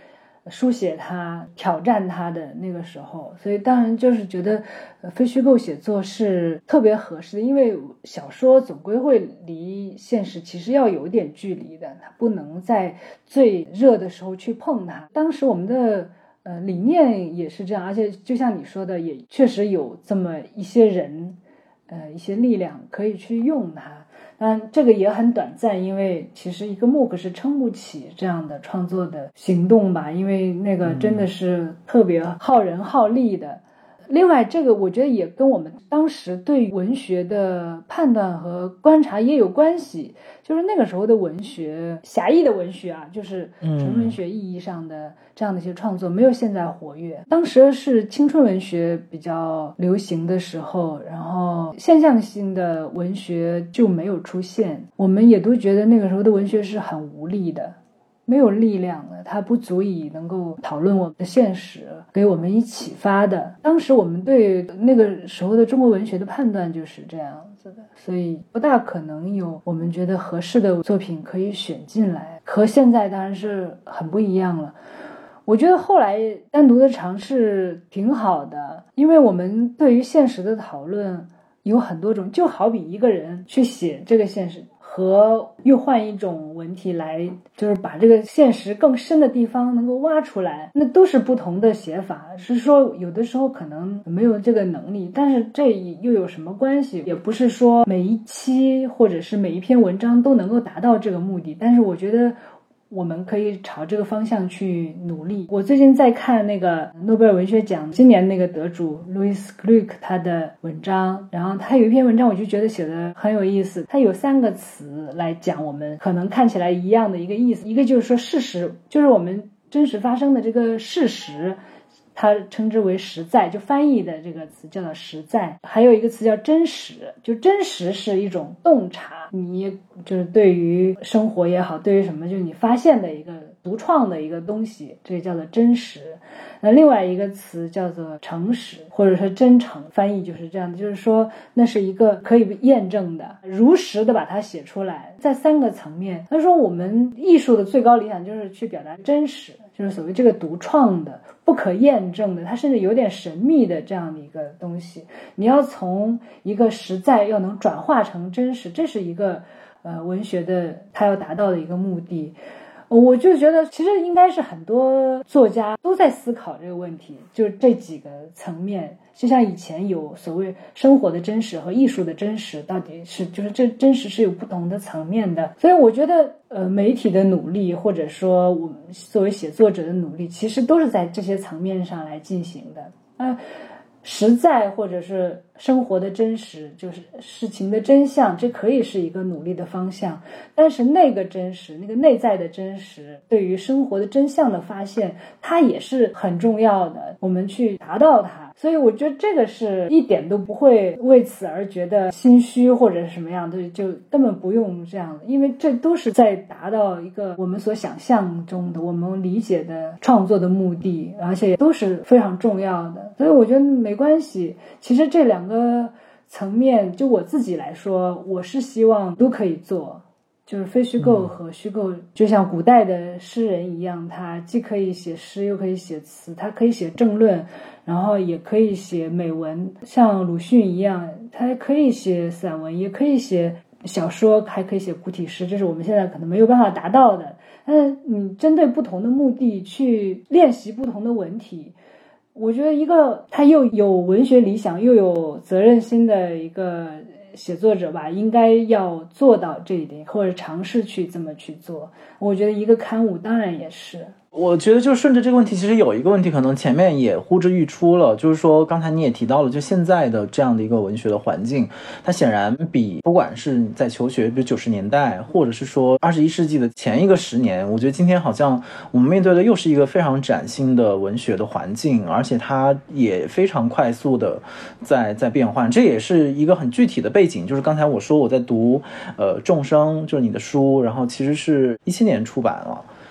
Speaker 2: 书写它、挑战它的那个时候，所以当然就是觉得呃非虚构写作是特别合适的，因为小说总归会离现实其实要有点距离的，它不能在最热的时候去碰它。当时我们的呃理念也是这样，而且就像你说的，也确实有这么一些人呃一些力量可以去用它。嗯，这个也很短暂，因为其实一个 M O O C 是撑不起这样的创作的行动吧，因为那个真的是特别耗人耗力的。另外，这个我觉得也跟我们当时对文学的判断和观察也有关系，就是那个时候的文学，狭义的文学啊，就是纯文学意义上的这样的一些创作，没有现在活跃。当时是青春文学比较流行的时候，然后现象性的文学就没有出现，我们也都觉得那个时候的文学是很无力的，没有力量的，它不足以能够讨论我们的现实，给我们以启发的。当时我们对那个时候的中国文学的判断就是这样子的，所以不大可能有我们觉得合适的作品可以选进来，和现在当然是很不一样了。我觉得后来单独的尝试挺好的，因为我们对于现实的讨论有很多种，就好比一个人去写这个现实，和又换一种文体来，就是把这个现实更深的地方能够挖出来，那都是不同的写法。是说有的时候可能没有这个能力，但是这又有什么关系？也不是说每一期或者是每一篇文章都能够达到这个目的，但是我觉得我们可以朝这个方向去努力。我最近在看那个诺贝尔文学奖今年那个得主 Louis Glück 他的文章，然后他有一篇文章我就觉得写得很有意思，他有三个词来讲我们可能看起来一样的一个意思，一个就是说事实，就是我们真实发生的这个事实，它称之为实在，就翻译的这个词叫做实在。还有一个词叫真实，就真实是一种洞察，你就是对于生活也好，对于什么，就是你发现的一个独创的一个东西，这个叫做真实。那另外一个词叫做诚实，或者说真诚，翻译就是这样的，就是说那是一个可以验证的，如实的把它写出来，在三个层面。他说我们艺术的最高理想就是去表达真实，就是所谓这个独创的、不可验证的，它甚至有点神秘的这样的一个东西，你要从一个实在要能转化成真实，这是一个呃文学的它要达到的一个目的。我就觉得其实应该是很多作家都在思考这个问题，就是这几个层面，就像以前有所谓生活的真实和艺术的真实，到底是就是这真实是有不同的层面的。所以我觉得呃媒体的努力，或者说我们作为写作者的努力，其实都是在这些层面上来进行的。呃实在或者是生活的真实，就是事情的真相，这可以是一个努力的方向。但是那个真实，那个内在的真实，对于生活的真相的发现，它也是很重要的，我们去达到它。所以我觉得这个是一点都不会为此而觉得心虚或者是什么样的，就根本不用这样的，因为这都是在达到一个我们所想象中的我们理解的创作的目的，而且都是非常重要的。所以我觉得没关系，其实这两个层面就我自己来说，我是希望都可以做，就是非虚构和虚构，就像古代的诗人一样，他既可以写诗又可以写词，他可以写政论，然后也可以写美文，像鲁迅一样，他可以写散文，也可以写小说，还可以写古体诗，这是我们现在可能没有办法达到的。但是你针对不同的目的去练习不同的文体，我觉得一个他又有文学理想又有责任心的一个写作者吧，应该要做到这一点，或者尝试去这么去做。我觉得一个刊物当然也是。
Speaker 1: 我觉得就顺着这个问题，其实有一个问题可能前面也呼之欲出了，就是说刚才你也提到了，就现在的这样的一个文学的环境，它显然比不管是在求学，比如九十年代，或者是说二十一世纪的前一个十年，我觉得今天好像我们面对的又是一个非常崭新的文学的环境，而且它也非常快速的在在变换。这也是一个很具体的背景，就是刚才我说我在读呃众生，就是你的书，然后其实是一七年出版了。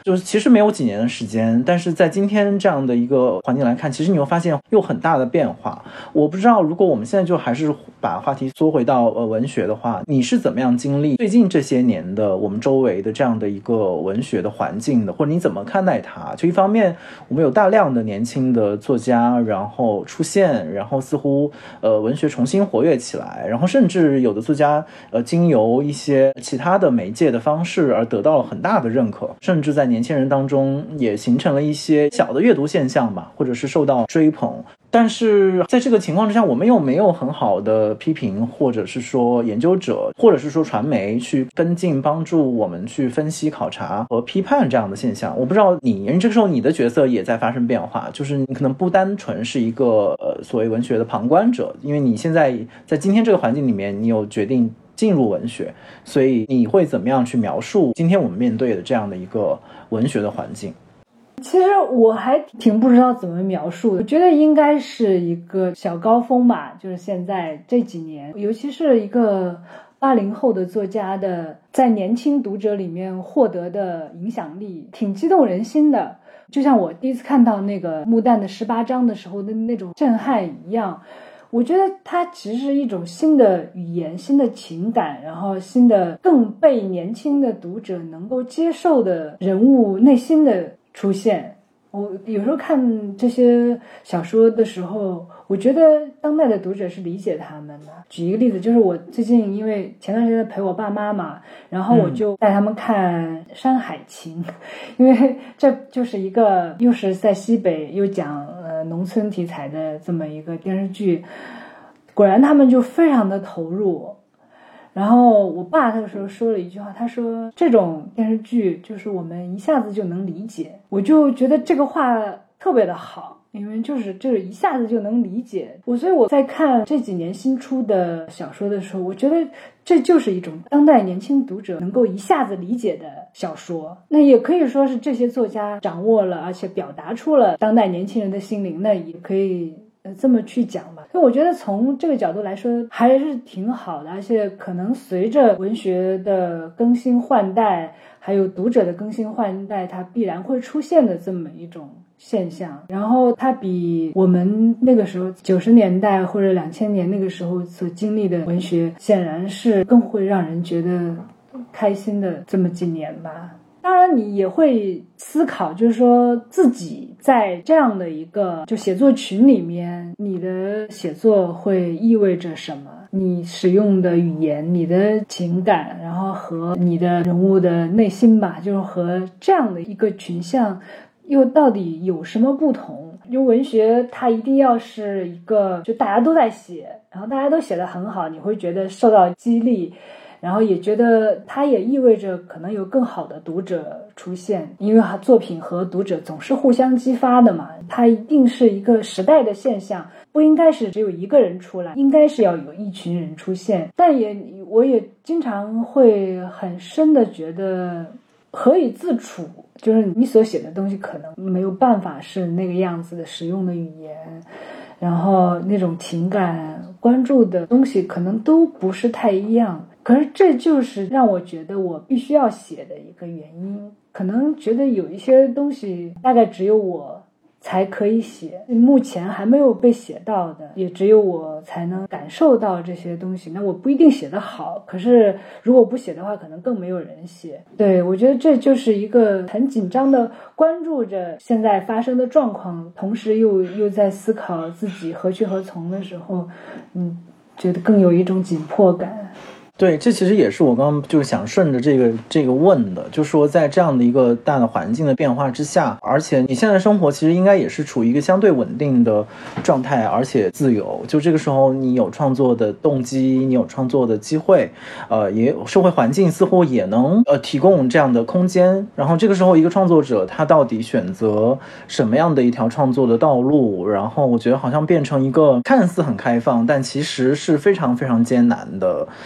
Speaker 1: 就是其实没有几年的时间，但是在今天这样的一个环境来看，其实你会发现有很大的变化。我不知道如果我们现在就还是把话题缩回到呃文学的话，你是怎么样经历最近这些年的我们周围的这样的一个文学的环境的，或者你怎么看待它？就一方面我们有大量的年轻的作家然后出现，然后似乎呃文学重新活跃起来，然后甚至有的作家呃经由一些其他的媒介的方式而得到了很大的认可，甚至在年轻人当中也形成了一些小的阅读现象吧，或者是受到追捧。但是在这个情况之下，我们又没有很好的批评，或者是说研究者，或者是说传媒去跟进帮助我们去分析考察和批判这样的现象。我不知道你，因为这个时候你的角色也在发生变化，就是你可能不单纯是一个呃所谓文学的旁观者，因为你现在在今天这个环境里面，你有决定进入文学，所以你会怎么样去描述今天我们面对的这样的一个文学的环境？
Speaker 2: 其实我还挺不知道怎么描述的，我觉得应该是一个小高峰吧，就是现在这几年，尤其是一个八零后的作家的在年轻读者里面获得的影响力挺激动人心的，就像我第一次看到那个穆旦的十八章的时候的那种震撼一样。我觉得它其实是一种新的语言，新的情感，然后新的更被年轻的读者能够接受的人物内心的出现。我有时候看这些小说的时候，我觉得当代的读者是理解他们的。举一个例子，就是我最近因为前段时间陪我爸妈嘛，然后我就带他们看《山海情》，因为这就是一个又是在西北又讲呃农村题材的这么一个电视剧，果然他们就非常的投入。然后我爸那个时候说了一句话，他说这种电视剧就是我们一下子就能理解。我就觉得这个话特别的好，因为就是就是一下子就能理解我。所以我在看这几年新出的小说的时候，我觉得这就是一种当代年轻读者能够一下子理解的小说。那也可以说是这些作家掌握了而且表达出了当代年轻人的心灵，那也可以这么去讲吧。所以我觉得从这个角度来说还是挺好的，而且可能随着文学的更新换代，还有读者的更新换代，它必然会出现的这么一种现象。然后它比我们那个时候九十年代或者两千年那个时候所经历的文学，显然是更会让人觉得开心的这么几年吧。当然你也会思考，就是说自己在这样的一个就写作群里面，你的写作会意味着什么，你使用的语言，你的情感，然后和你的人物的内心吧，就是和这样的一个群像又到底有什么不同。就文学它一定要是一个就大家都在写，然后大家都写得很好，你会觉得受到激励，然后也觉得它也意味着可能有更好的读者出现，因为作品和读者总是互相激发的嘛，它一定是一个时代的现象，不应该是只有一个人出来，应该是要有一群人出现。但也我也经常会很深的觉得何以自处，就是你所写的东西可能没有办法是那个样子的实用的语言，然后那种情感关注的东西可能都不是太一样。可是这就是让我觉得我必须要写的一个原因，可能觉得有一些东西大概只有我才可以写，目前还没有被写到的也只有我才能感受到这些东西。那我不一定写得好，可是如果不写的话可能更没有人写。对，我觉得这就是一个很紧张的关注着现在发生的状况，同时又又在思考自己何去何从的时候，嗯，觉得更有一种紧迫感。
Speaker 1: 对，这其实也是我刚刚就想顺着这个这个问的，就是说在这样的一个大的环境的变化之下，而且你现在生活其实应该也是处于一个相对稳定的状态，而且自由，就这个时候你有创作的动机，你有创作的机会，呃，也社会环境似乎也能呃提供这样的空间。然后这个时候一个创作者他到底选择什么样的一条创作的道路，然后我觉得好像变成一个看似很开放，但其实是非常非常艰难的一个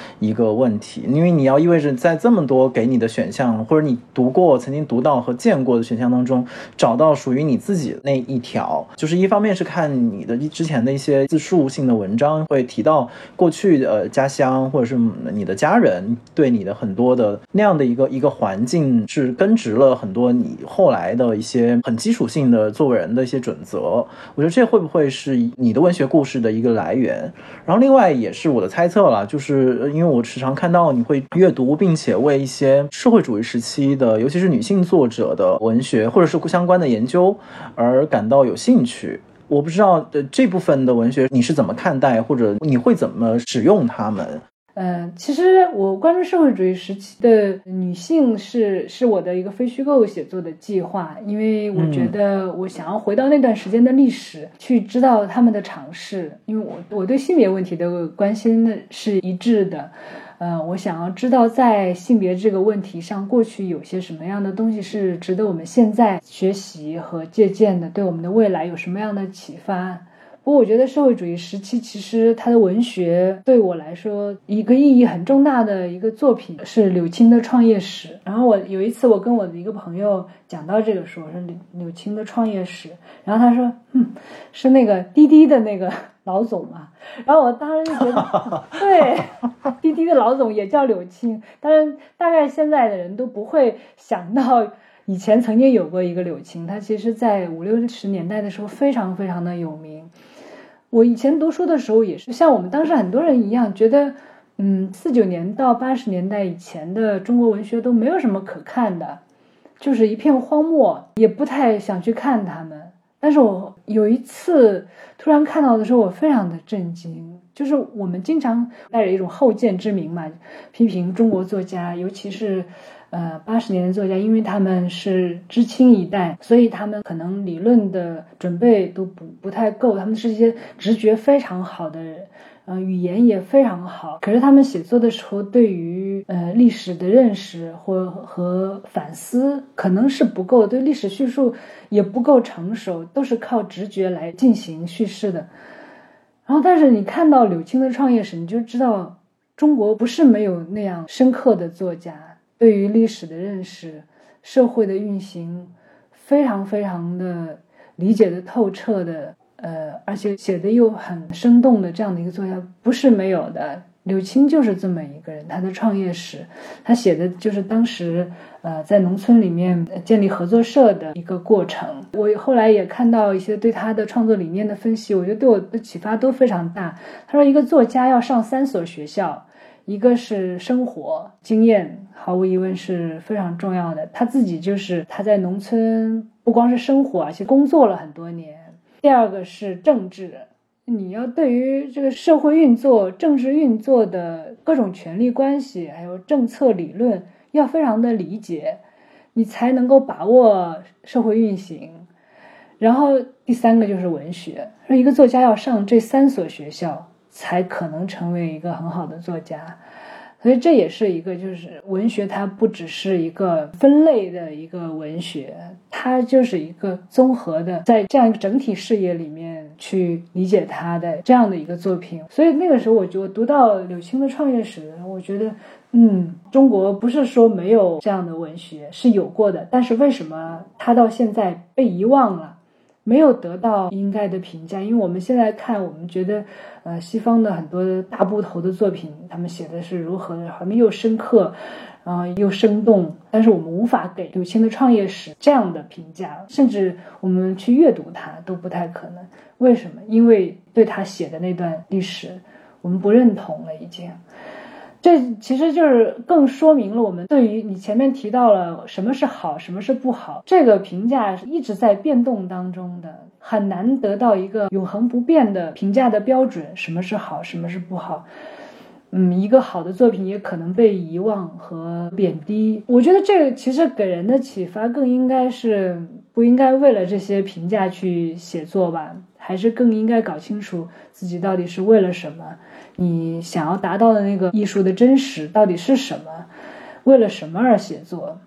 Speaker 1: 个问题，因为你要意味着在这么多给你的选项，或者你读过、曾经读到和见过的选项当中，找到属于你自己的那一条。就是一方面是看你的之前的一些自述性的文章，会提到过去的、呃、家乡或者是你的家人对你的很多的那样的一个一个环境，是根植了很多你后来的一些很基础性的作为人的一些准则。我觉得这会不会是你的文学故事的一个来源？然后另外也是我的猜测了，就是因为我时常看到你会阅读并且为一些社会主义时期的尤其是女性作者的文学或者是相关的研究而感到有兴趣。我不知道呃这部分的文学你是怎么看待，或者你会怎么使用它们？
Speaker 2: 嗯、呃，其实我关注社会主义时期的女性是是我的一个非虚构写作的计划，因为我觉得我想要回到那段时间的历史，嗯、去知道他们的尝试，因为我我对性别问题的关心是一致的。呃，我想要知道在性别这个问题上，过去有些什么样的东西是值得我们现在学习和借鉴的，对我们的未来有什么样的启发。不过我觉得社会主义时期其实它的文学对我来说一个意义很重大的一个作品是柳青的创业史。然后我有一次我跟我的一个朋友讲到这个说是柳柳青的创业史，然后他说嗯是那个滴滴的那个老总嘛，然后我当时就觉得对，滴滴的老总也叫柳青，当然大概现在的人都不会想到以前曾经有过一个柳青，他其实在五六十年代的时候非常非常的有名。我以前读书的时候也是像我们当时很多人一样，觉得嗯，四九年到八十年代以前的中国文学都没有什么可看的，就是一片荒漠，也不太想去看他们。但是我有一次突然看到的时候，我非常的震惊。就是我们经常带着一种后见之明嘛，批评中国作家，尤其是呃八十年的作家，因为他们是知青一代，所以他们可能理论的准备都不不太够，他们是一些直觉非常好的人，呃语言也非常好，可是他们写作的时候对于呃历史的认识或和反思可能是不够，对历史叙述也不够成熟，都是靠直觉来进行叙事的。然后但是你看到柳青的创业史，你就知道中国不是没有那样深刻的作家，对于历史的认识、社会的运行非常非常的理解的透彻的，呃，而且写的又很生动的这样的一个作家不是没有的。柳青就是这么一个人，他的创业史，他写的就是当时呃在农村里面建立合作社的一个过程。我后来也看到一些对他的创作理念的分析，我觉得对我的启发都非常大。他说一个作家要上三所学校，一个是生活经验，毫无疑问是非常重要的，他自己就是他在农村不光是生活，而且工作了很多年。第二个是政治，你要对于这个社会运作、政治运作的各种权力关系还有政策理论要非常的理解，你才能够把握社会运行。然后第三个就是文学，一个作家要上这三所学校才可能成为一个很好的作家。所以这也是一个，就是文学它不只是一个分类的一个文学，它就是一个综合的，在这样一个整体视野里面去理解它的这样的一个作品。所以那个时候我就读到柳青的创业史，我觉得嗯，中国不是说没有这样的文学，是有过的，但是为什么它到现在被遗忘了，没有得到应该的评价？因为我们现在看，我们觉得呃，西方的很多大部头的作品，他们写的是如何的，他们又深刻然后又生动，但是我们无法给柳青的创业史这样的评价，甚至我们去阅读它都不太可能。为什么？因为对他写的那段历史我们不认同了已经。这其实就是更说明了我们对于你前面提到了什么是好，什么是不好，这个评价是一直在变动当中的，很难得到一个永恒不变的评价的标准，什么是好，什么是不好。嗯，一个好的作品也可能被遗忘和贬低。我觉得这个其实给人的启发更应该是不应该为了这些评价去写作吧，还是更应该搞清楚自己到底是为了什么，你想要达到的那个艺术的真实到底是什么，为了什么而写作。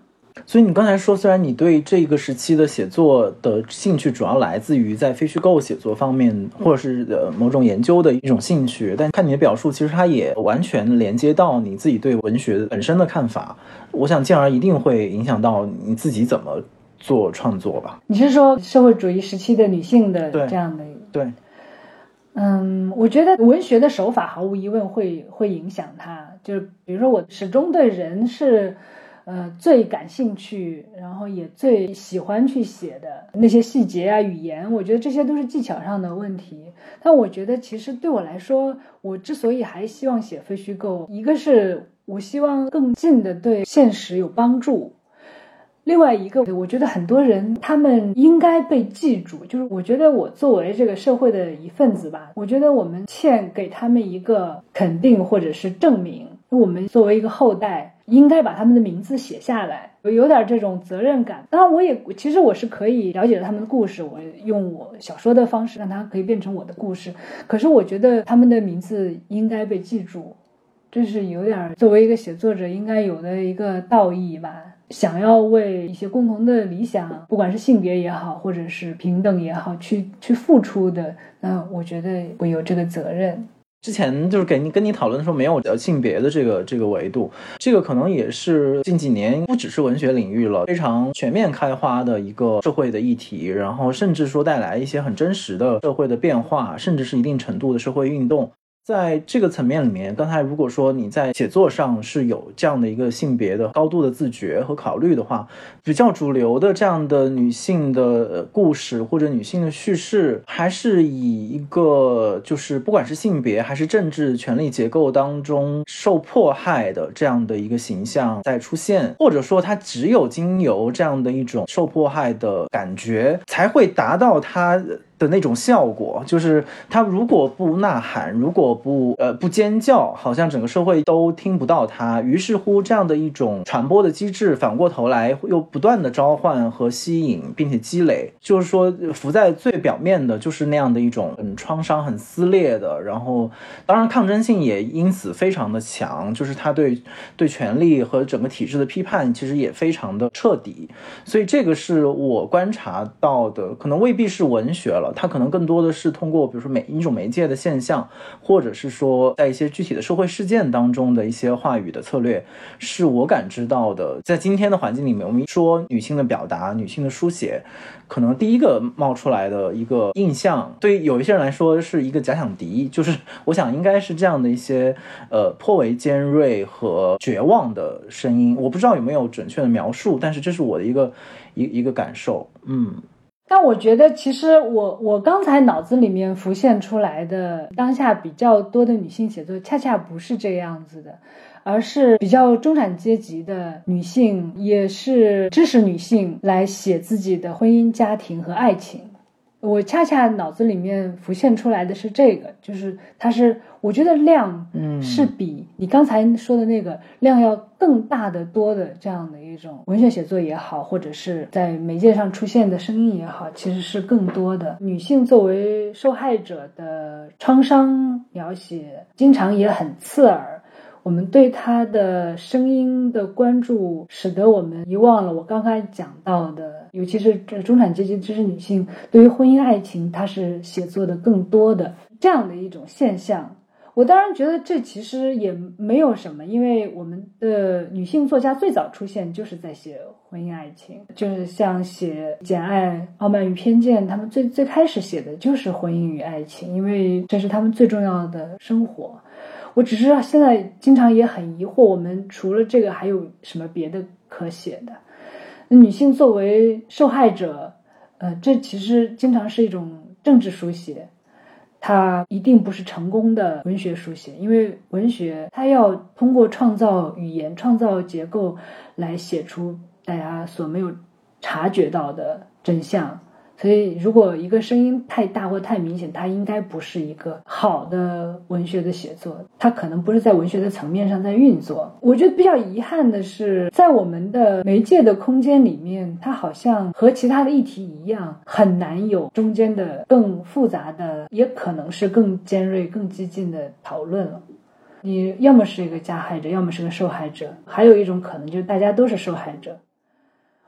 Speaker 1: 所以你刚才说，虽然你对这个时期的写作的兴趣主要来自于在非虚构写作方面，或者是呃某种研究的一种兴趣，但看你的表述，其实它也完全连接到你自己对文学本身的看法。我想进而一定会影响到你自己怎么做创作吧。
Speaker 2: 你是说社会主义时期的女性的这样的？
Speaker 1: 对。
Speaker 2: 嗯，我觉得文学的手法毫无疑问会会影响它。就是比如说，我始终对人是呃最感兴趣，然后也最喜欢去写的那些细节啊、语言，我觉得这些都是技巧上的问题。但我觉得其实对我来说，我之所以还希望写非虚构，一个是我希望更近的对现实有帮助。另外一个，我觉得很多人他们应该被记住，就是我觉得我作为这个社会的一份子吧，我觉得我们欠给他们一个肯定或者是证明，我们作为一个后代应该把他们的名字写下来，有点这种责任感。当然我也其实我是可以了解他们的故事，我用我小说的方式让它可以变成我的故事，可是我觉得他们的名字应该被记住，这是有点作为一个写作者应该有的一个道义吧。想要为一些共同的理想，不管是性别也好，或者是平等也好，去去付出的，那我觉得我有这个责任。
Speaker 1: 之前就是给你跟你讨论的时候没有性别的这个这个维度，这个可能也是近几年不只是文学领域了，非常全面开花的一个社会的议题，然后甚至说带来一些很真实的社会的变化，甚至是一定程度的社会运动。在这个层面里面，刚才如果说你在写作上是有这样的一个性别的高度的自觉和考虑的话，比较主流的这样的女性的故事或者女性的叙事，还是以一个就是不管是性别还是政治权力结构当中受迫害的这样的一个形象在出现，或者说它只有经由这样的一种受迫害的感觉才会达到它的那种效果，就是他如果不呐喊，如果不呃不尖叫，好像整个社会都听不到他。于是乎，这样的一种传播的机制，反过头来又不断的召唤和吸引，并且积累。就是说，浮在最表面的，就是那样的一种嗯创伤很撕裂的，然后当然抗争性也因此非常的强，就是他对对权力和整个体制的批判，其实也非常的彻底。所以这个是我观察到的，可能未必是文学了。它可能更多的是通过比如说每一种媒介的现象，或者是说在一些具体的社会事件当中的一些话语的策略，是我感知到的。在今天的环境里面，我们说女性的表达，女性的书写，可能第一个冒出来的一个印象，对于有一些人来说是一个假想敌，就是我想应该是这样的一些呃颇为尖锐和绝望的声音。我不知道有没有准确的描述，但是这是我的一个一一个感受。嗯。
Speaker 2: 但我觉得其实我我刚才脑子里面浮现出来的当下比较多的女性写作恰恰不是这样子的，而是比较中产阶级的女性，也是知识女性来写自己的婚姻家庭和爱情。我恰恰脑子里面浮现出来的是这个，就是它是我觉得量是比你刚才说的那个量要更大的多的这样的一种文学写作也好，或者是在媒介上出现的声音也好，其实是更多的。女性作为受害者的创伤描写经常也很刺耳，我们对她的声音的关注使得我们遗忘了我刚才讲到的，尤其是中产阶级知识女性对于婚姻爱情她是写作的更多的这样的一种现象。我当然觉得这其实也没有什么，因为我们的女性作家最早出现就是在写婚姻爱情，就是像写简爱、傲慢与偏见，他们最最开始写的就是婚姻与爱情，因为这是他们最重要的生活。我只是现在经常也很疑惑，我们除了这个还有什么别的可写的？女性作为受害者，呃，这其实经常是一种政治书写，它一定不是成功的文学书写，因为文学它要通过创造语言、创造结构来写出大家所没有察觉到的真相。所以如果一个声音太大或太明显，它应该不是一个好的文学的写作，它可能不是在文学的层面上在运作。我觉得比较遗憾的是，在我们的媒介的空间里面，它好像和其他的议题一样，很难有中间的更复杂的，也可能是更尖锐更激进的讨论了。你要么是一个加害者，要么是个受害者，还有一种可能就是大家都是受害者。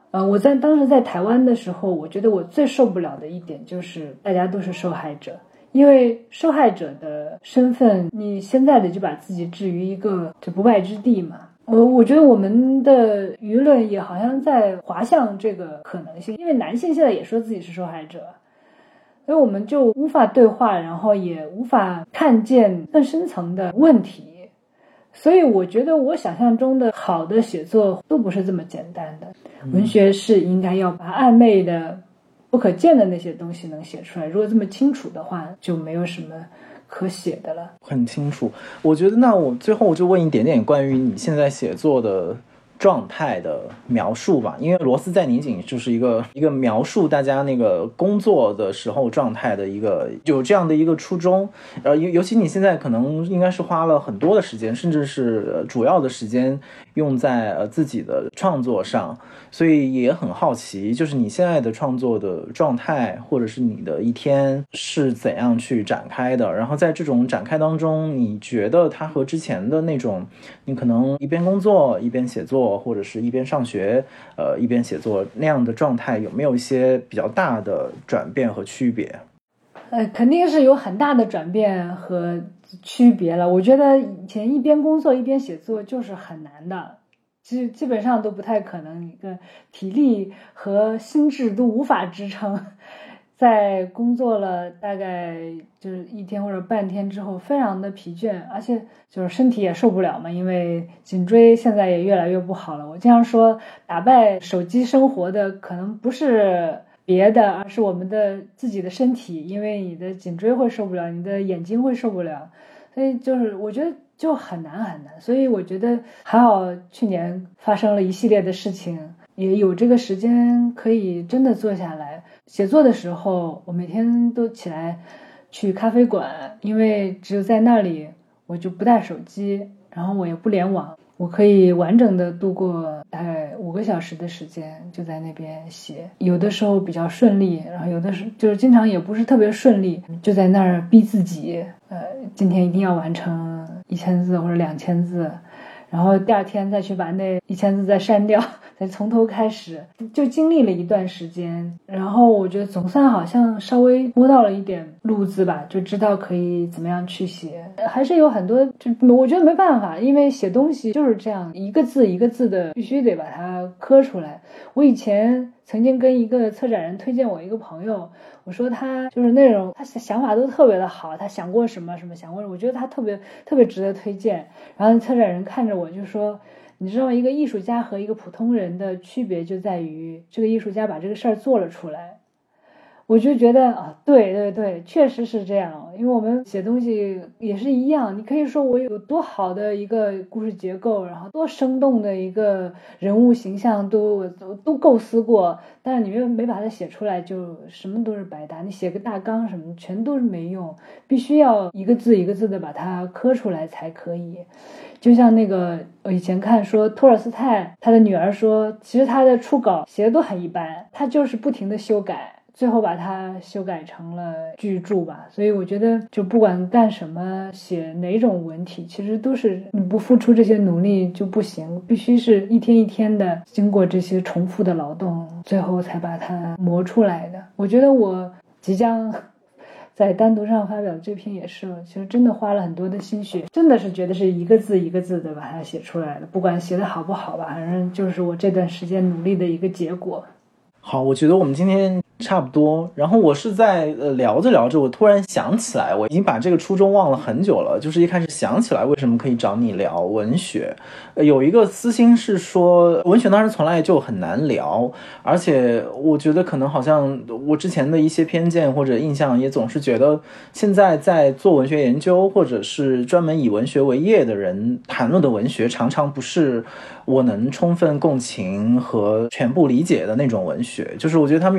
Speaker 2: 呃，我在当时在台湾的时候，我觉得我最受不了的一点就是大家都是受害者，因为受害者的身份，你现在的就把自己置于一个就不败之地嘛。我我觉得我们的舆论也好像在滑向这个可能性，因为男性现在也说自己是受害者，所以我们就无法对话，然后也无法看见更深层的问题。所以我觉得我想象中的好的写作都不是这么简单的，文学是应该要把暧昧的不可见的那些东西能写出来，如果这么清楚的话就没有什么可写的了。
Speaker 1: 很清楚。我觉得那我最后我就问一点点关于你现在写作的状态的描述吧，因为罗斯在拧紧就是一个一个描述大家那个工作的时候状态的一个有这样的一个初衷，呃，尤其你现在可能应该是花了很多的时间，甚至是主要的时间用在呃自己的创作上，所以也很好奇，就是你现在的创作的状态，或者是你的一天是怎样去展开的，然后在这种展开当中，你觉得它和之前的那种你可能一边工作一边写作，或者是一边上学呃一边写作那样的状态，有没有一些比较大的转变和区别？
Speaker 2: 呃，肯定是有很大的转变和区别了。我觉得以前一边工作一边写作就是很难的，基基本上都不太可能，一个体力和心智都无法支撑。在工作了大概就是一天或者半天之后非常的疲倦，而且就是身体也受不了嘛，因为颈椎现在也越来越不好了。我经常说打败手机生活的可能不是别的，而是我们的自己的身体，因为你的颈椎会受不了，你的眼睛会受不了，所以就是我觉得就很难很难。所以我觉得还好去年发生了一系列的事情，也有这个时间可以真的坐下来写作的时候，我每天都起来去咖啡馆，因为只有在那里我就不带手机，然后我也不联网，我可以完整的度过大概五个小时的时间，就在那边写。有的时候比较顺利，然后有的时候就是经常也不是特别顺利，就在那儿逼自己，呃，今天一定要完成一千字或者两千字，然后第二天再去把那一千字再删掉，再从头开始，就经历了一段时间。然后我觉得总算好像稍微摸到了一点路子吧，就知道可以怎么样去写。还是有很多，就我觉得没办法，因为写东西就是这样，一个字一个字的必须得把它刻出来。我以前曾经跟一个策展人推荐我一个朋友，我说他就是那种他想法都特别的好，他想过什么什么想过，我觉得他特别特别值得推荐。然后策展人看着我就说，你知道一个艺术家和一个普通人的区别就在于这个艺术家把这个事儿做了出来。我就觉得啊，对对对，确实是这样。因为我们写东西也是一样，你可以说我有多好的一个故事结构，然后多生动的一个人物形象都都都构思过，但是你没没把它写出来，就什么都是白搭。你写个大纲什么全都是没用，必须要一个字一个字的把它刻出来才可以。就像那个我以前看说托尔斯泰他的女儿说，其实他的初稿写的都很一般，他就是不停的修改，最后把它修改成了巨著吧。所以我觉得就不管干什么，写哪种文体，其实都是你不付出这些努力就不行，必须是一天一天的经过这些重复的劳动，最后才把它磨出来的。我觉得我即将在单独上发表这篇也是，其实真的花了很多的心血，真的是觉得是一个字一个字的把它写出来的，不管写的好不好吧，反正就是我这段时间努力的一个结果。
Speaker 1: 好，我觉得我们今天差不多。然后我是在呃聊着聊着，我突然想起来，我已经把这个初衷忘了很久了。就是一开始想起来为什么可以找你聊文学，呃，有一个私心是说，文学当时从来就很难聊，而且我觉得可能好像我之前的一些偏见或者印象，也总是觉得现在在做文学研究或者是专门以文学为业的人谈论的文学，常常不是我能充分共情和全部理解的那种文学。就是我觉得他们有的时候把文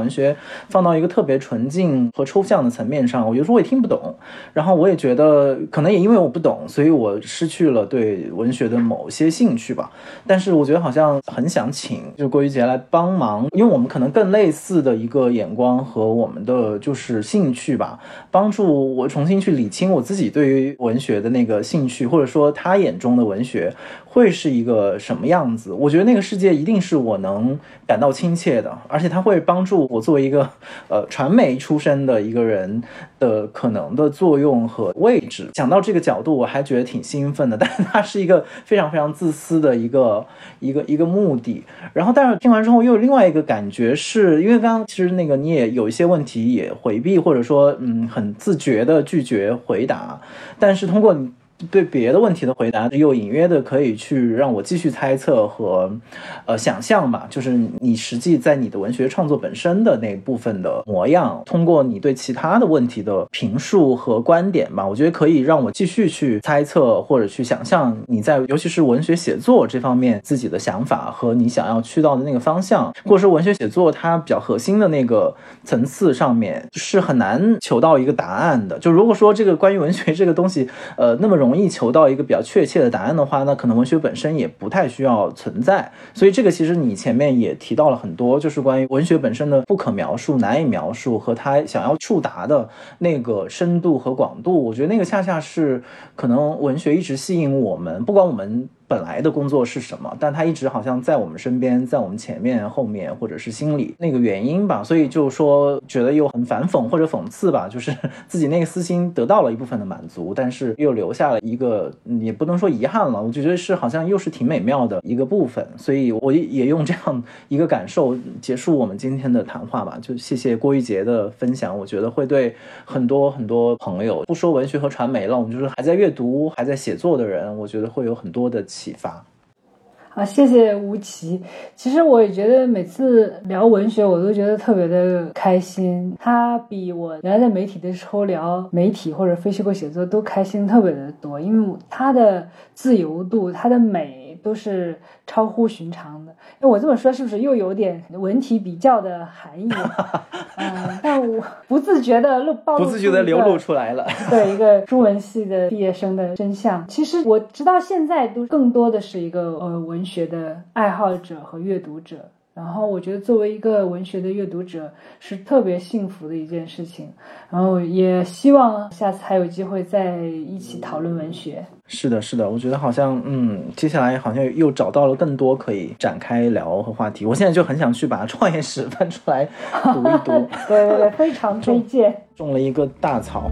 Speaker 1: 文学放到一个特别纯净和抽象的层面上，我有时候我也听不懂，然后我也觉得可能也因为我不懂，所以我失去了对文学的某些兴趣吧。但是我觉得好像很想请就郭玉洁来帮忙，因为我们可能更类似的一个眼光和我们的就是兴趣吧，帮助我重新去理清我自己对于文学的那个兴趣，或者说他眼中的文学会是一个什么样子。我觉得那个世界一定是我能感到亲切的，而且它会帮助我作为一个呃传媒出身的一个人的可能的作用和位置。讲到这个角度我还觉得挺兴奋的，但是它是一个非常非常自私的一个一个一个目的。然后但是听完之后又有另外一个感觉，是因为刚刚其实那个你也有一些问题也回避，或者说嗯很自觉的拒绝回答，但是通过你对别的问题的回答又隐约的可以去让我继续猜测和呃想象吧，就是你实际在你的文学创作本身的那部分的模样，通过你对其他的问题的评述和观点吧，我觉得可以让我继续去猜测或者去想象你在尤其是文学写作这方面自己的想法和你想要去到的那个方向，或者是文学写作它比较核心的那个层次上面是很难求到一个答案的。就如果说这个关于文学这个东西呃那么容易容易求到一个比较确切的答案的话，那可能文学本身也不太需要存在。所以这个其实你前面也提到了很多，就是关于文学本身的不可描述、难以描述和他想要触达的那个深度和广度，我觉得那个恰恰是可能文学一直吸引我们，不管我们本来的工作是什么，但它一直好像在我们身边，在我们前面后面或者是心里那个原因吧。所以就说觉得又很反讽或者讽刺吧，就是自己那个私心得到了一部分的满足，但是又留下了一个也不能说遗憾了，我就觉得是好像又是挺美妙的一个部分。所以我也用这样一个感受结束我们今天的谈话吧。就谢谢郭玉洁的分享，我觉得会对很多很多朋友，不说文学和传媒了，我们就是还在阅读还在写作的人，我觉得会有很多的启发。
Speaker 2: 好，谢谢吴奇。其实我也觉得每次聊文学我都觉得特别的开心，它比我原来在媒体的时候聊媒体或者非虚构写作都开心特别的多，因为它的自由度它的美都是超乎寻常的。因为我这么说是不是又有点文体比较的含义嗯，但我不自觉的暴露，
Speaker 1: 不自觉的流露出来了
Speaker 2: 对，一个中文系的毕业生的真相。其实我直到现在都更多的是一个呃文学的爱好者和阅读者，然后我觉得作为一个文学的阅读者是特别幸福的一件事情，然后也希望下次还有机会再一起讨论文学。
Speaker 1: 是的是的，我觉得好像嗯，接下来好像又找到了更多可以展开聊和话题。我现在就很想去把创业史翻出来读一读
Speaker 2: 对对对，非常推荐。
Speaker 1: 种了一个大草。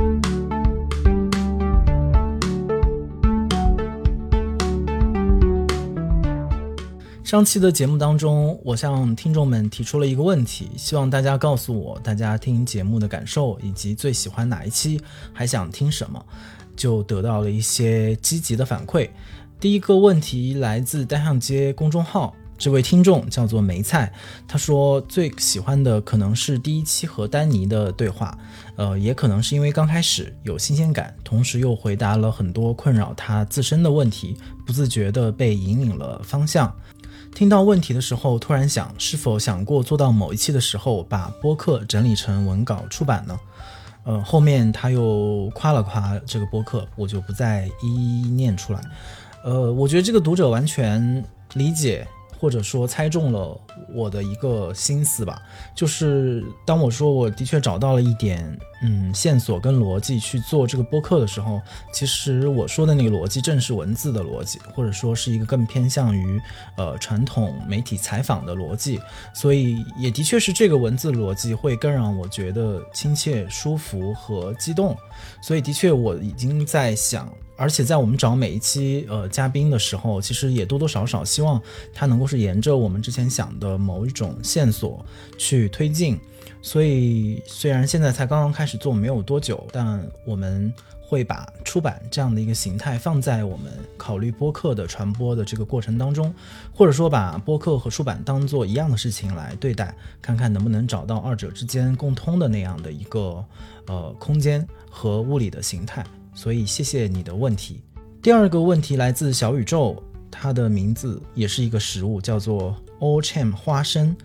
Speaker 1: 上期的节目当中，我向听众们提出了一个问题，希望大家告诉我大家听节目的感受以及最喜欢哪一期，还想听什么，就得到了一些积极的反馈。第一个问题来自单向街公众号，这位听众叫做梅菜，他说最喜欢的可能是第一期和丹尼的对话，呃，也可能是因为刚开始有新鲜感，同时又回答了很多困扰他自身的问题，不自觉地被引领了方向。听到问题的时候，突然想，是否想过做到某一期的时候把播客整理成文稿出版呢？呃，后面他又夸了夸这个播客，我就不再一一念出来。呃，我觉得这个读者完全理解或者说猜中了我的一个心思吧，就是当我说我的确找到了一点嗯线索跟逻辑去做这个播客的时候，其实我说的那个逻辑正是文字的逻辑，或者说是一个更偏向于呃传统媒体采访的逻辑，所以也的确是这个文字逻辑会更让我觉得亲切、舒服和激动。所以的确我已经在想，而且在我们找每一期呃嘉宾的时候，其实也多多少少希望他能够是沿着我们之前想的某一种线索去推进。所以虽然现在才刚刚开始做没有多久，但我们会把出版这样的一个形态放在我们考虑播客的传播的这个过程当中，或者说把播客和出版当做一样的事情来对待，看看能不能找到二者之间共通的那样的一个呃空间和物理的形态。所以谢谢你的问题。第二个问题来自小宇宙，它的名字也是一个食物，叫做 All Cham 花生。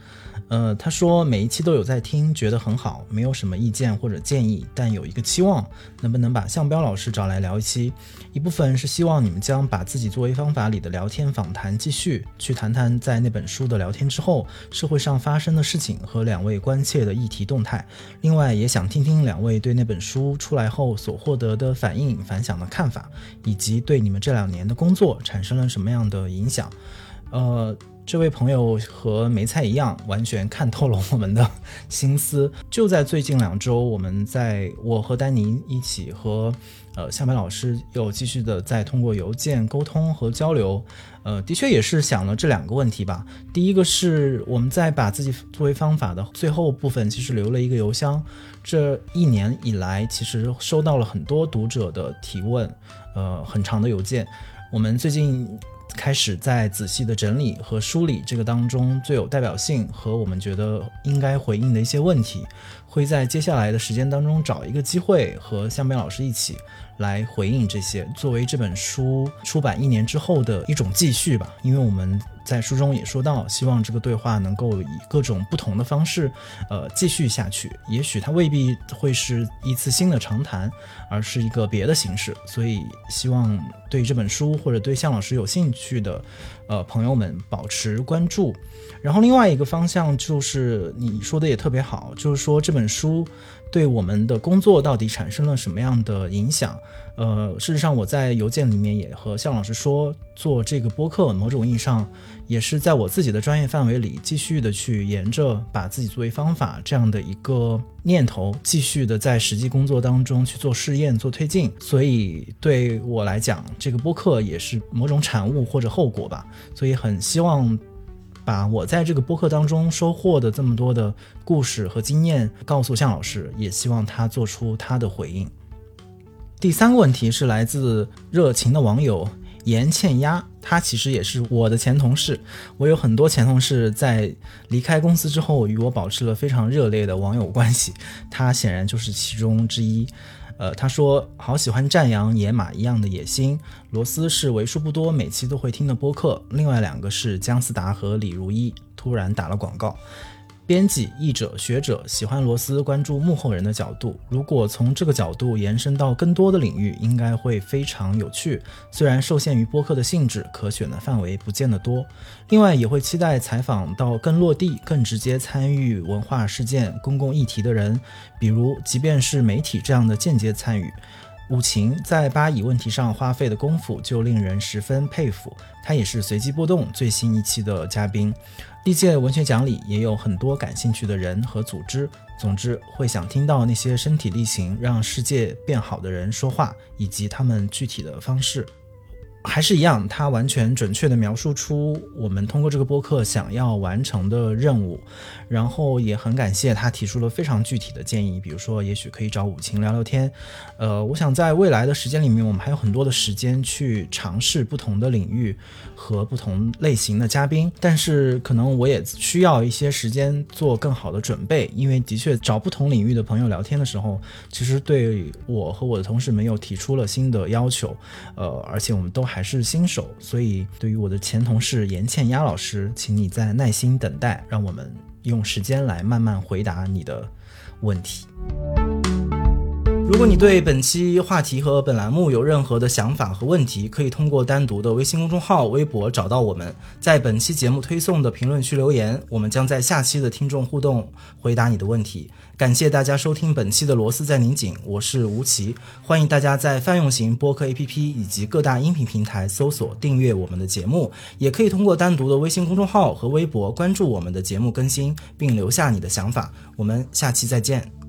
Speaker 3: 呃，他说每一期都有在听，觉得很好，没有什么意见或者建议，但有一个期望，能不能把向彪老师找来聊一期？一部分是希望你们将把自己作为方法里的聊天访谈继续，去谈谈在那本书的聊天之后，社会上发生的事情和两位关切的议题动态。另外也想听听两位对那本书出来后所获得的反应、反响的看法，以及对你们这两年的工作产生了什么样的影响。呃。这位朋友和梅菜一样，完全看透了我们的心思。就在最近两周，我们在我和丹尼一起和呃向白老师又继续的在通过邮件沟通和交流。呃，的确也是想了这两个问题吧。第一个是我们在把自己作为方法的最后部分，其实留了一个邮箱。这一年以来，其实收到了很多读者的提问，呃，很长的邮件。我们最近开始在仔细的整理和梳理这个当中最有代表性和我们觉得应该回应的一些问题，会在接下来的时间当中找一个机会和向边老师一起来回应这些，作为这本书出版一年之后的一种继续吧。因为我们在书中也说到，希望这个对话能够以各种不同的方式呃继续下去，也许它未必会是一次新的长谈，而是一个别的形式。所以希望对这本书或者对向老师有兴趣的呃朋友们保持关注。然后另外一个方向就是你说的也特别好，就是说这本书对我们的工作到底产生了什么样的影响。呃，事实上我在邮件里面也和向老师说，做这个播客某种意义上也是在我自己的专业范围里继续的去沿着把自己作为方法这样的一个念头，继续的在实际工作当中去做试验做推进。所以对我来讲，这个播客也是某种产物或者后果吧。所以很希望把我在这个播客当中收获的这么多的故事和经验告诉向老师，也希望他做出他的回应。第三个问题是来自热情的网友严倩丫，他其实也是我的前同事。我有很多前同事在离开公司之后与我保持了非常热烈的网友关系，他显然就是其中之一。呃，他说好喜欢战羊野马一样的野心，罗斯是为数不多每期都会听的播客，另外两个是姜思达和李如一。突然打了广告。编辑、译者、学者喜欢罗斯关注幕后人的角度，如果从这个角度延伸到更多的领域，应该会非常有趣。虽然受限于播客的性质，可选的范围不见得多。另外也会期待采访到更落地、更直接参与文化事件、公共议题的人，比如即便是媒体这样的间接参与。武琴在巴以问题上花费的功夫就令人十分佩服，他也是随机波动最新一期的嘉宾。历届文学奖里也有很多感兴趣的人和组织，总之会想听到那些身体力行让世界变好的人说话，以及他们具体的方式。还是一样，他完全准确地描述出我们通过这个播客想要完成的任务，然后也很感谢他提出了非常具体的建议，比如说也许可以找武琴聊聊天。呃，我想在未来的时间里面，我们还有很多的时间去尝试不同的领域和不同类型的嘉宾，但是可能我也需要一些时间做更好的准备，因为的确找不同领域的朋友聊天的时候，其实对我和我的同事们又提出了新的要求，呃，而且我们都还是新手，所以对于我的前同事严倩丫老师，请你再耐心等待，让我们用时间来慢慢回答你的问题。如果你对本期话题和本栏目有任何的想法和问题，可以通过单独的微信公众号、微博找到我们，在本期节目推送的评论区留言，我们将在下期的听众互动回答你的问题。感谢大家收听本期的螺丝在拧紧，我是吴奇，欢迎大家在泛用型播客 A P P 以及各大音频平台搜索订阅我们的节目，也可以通过单独的微信公众号和微博关注我们的节目更新，并留下你的想法。我们下期再见。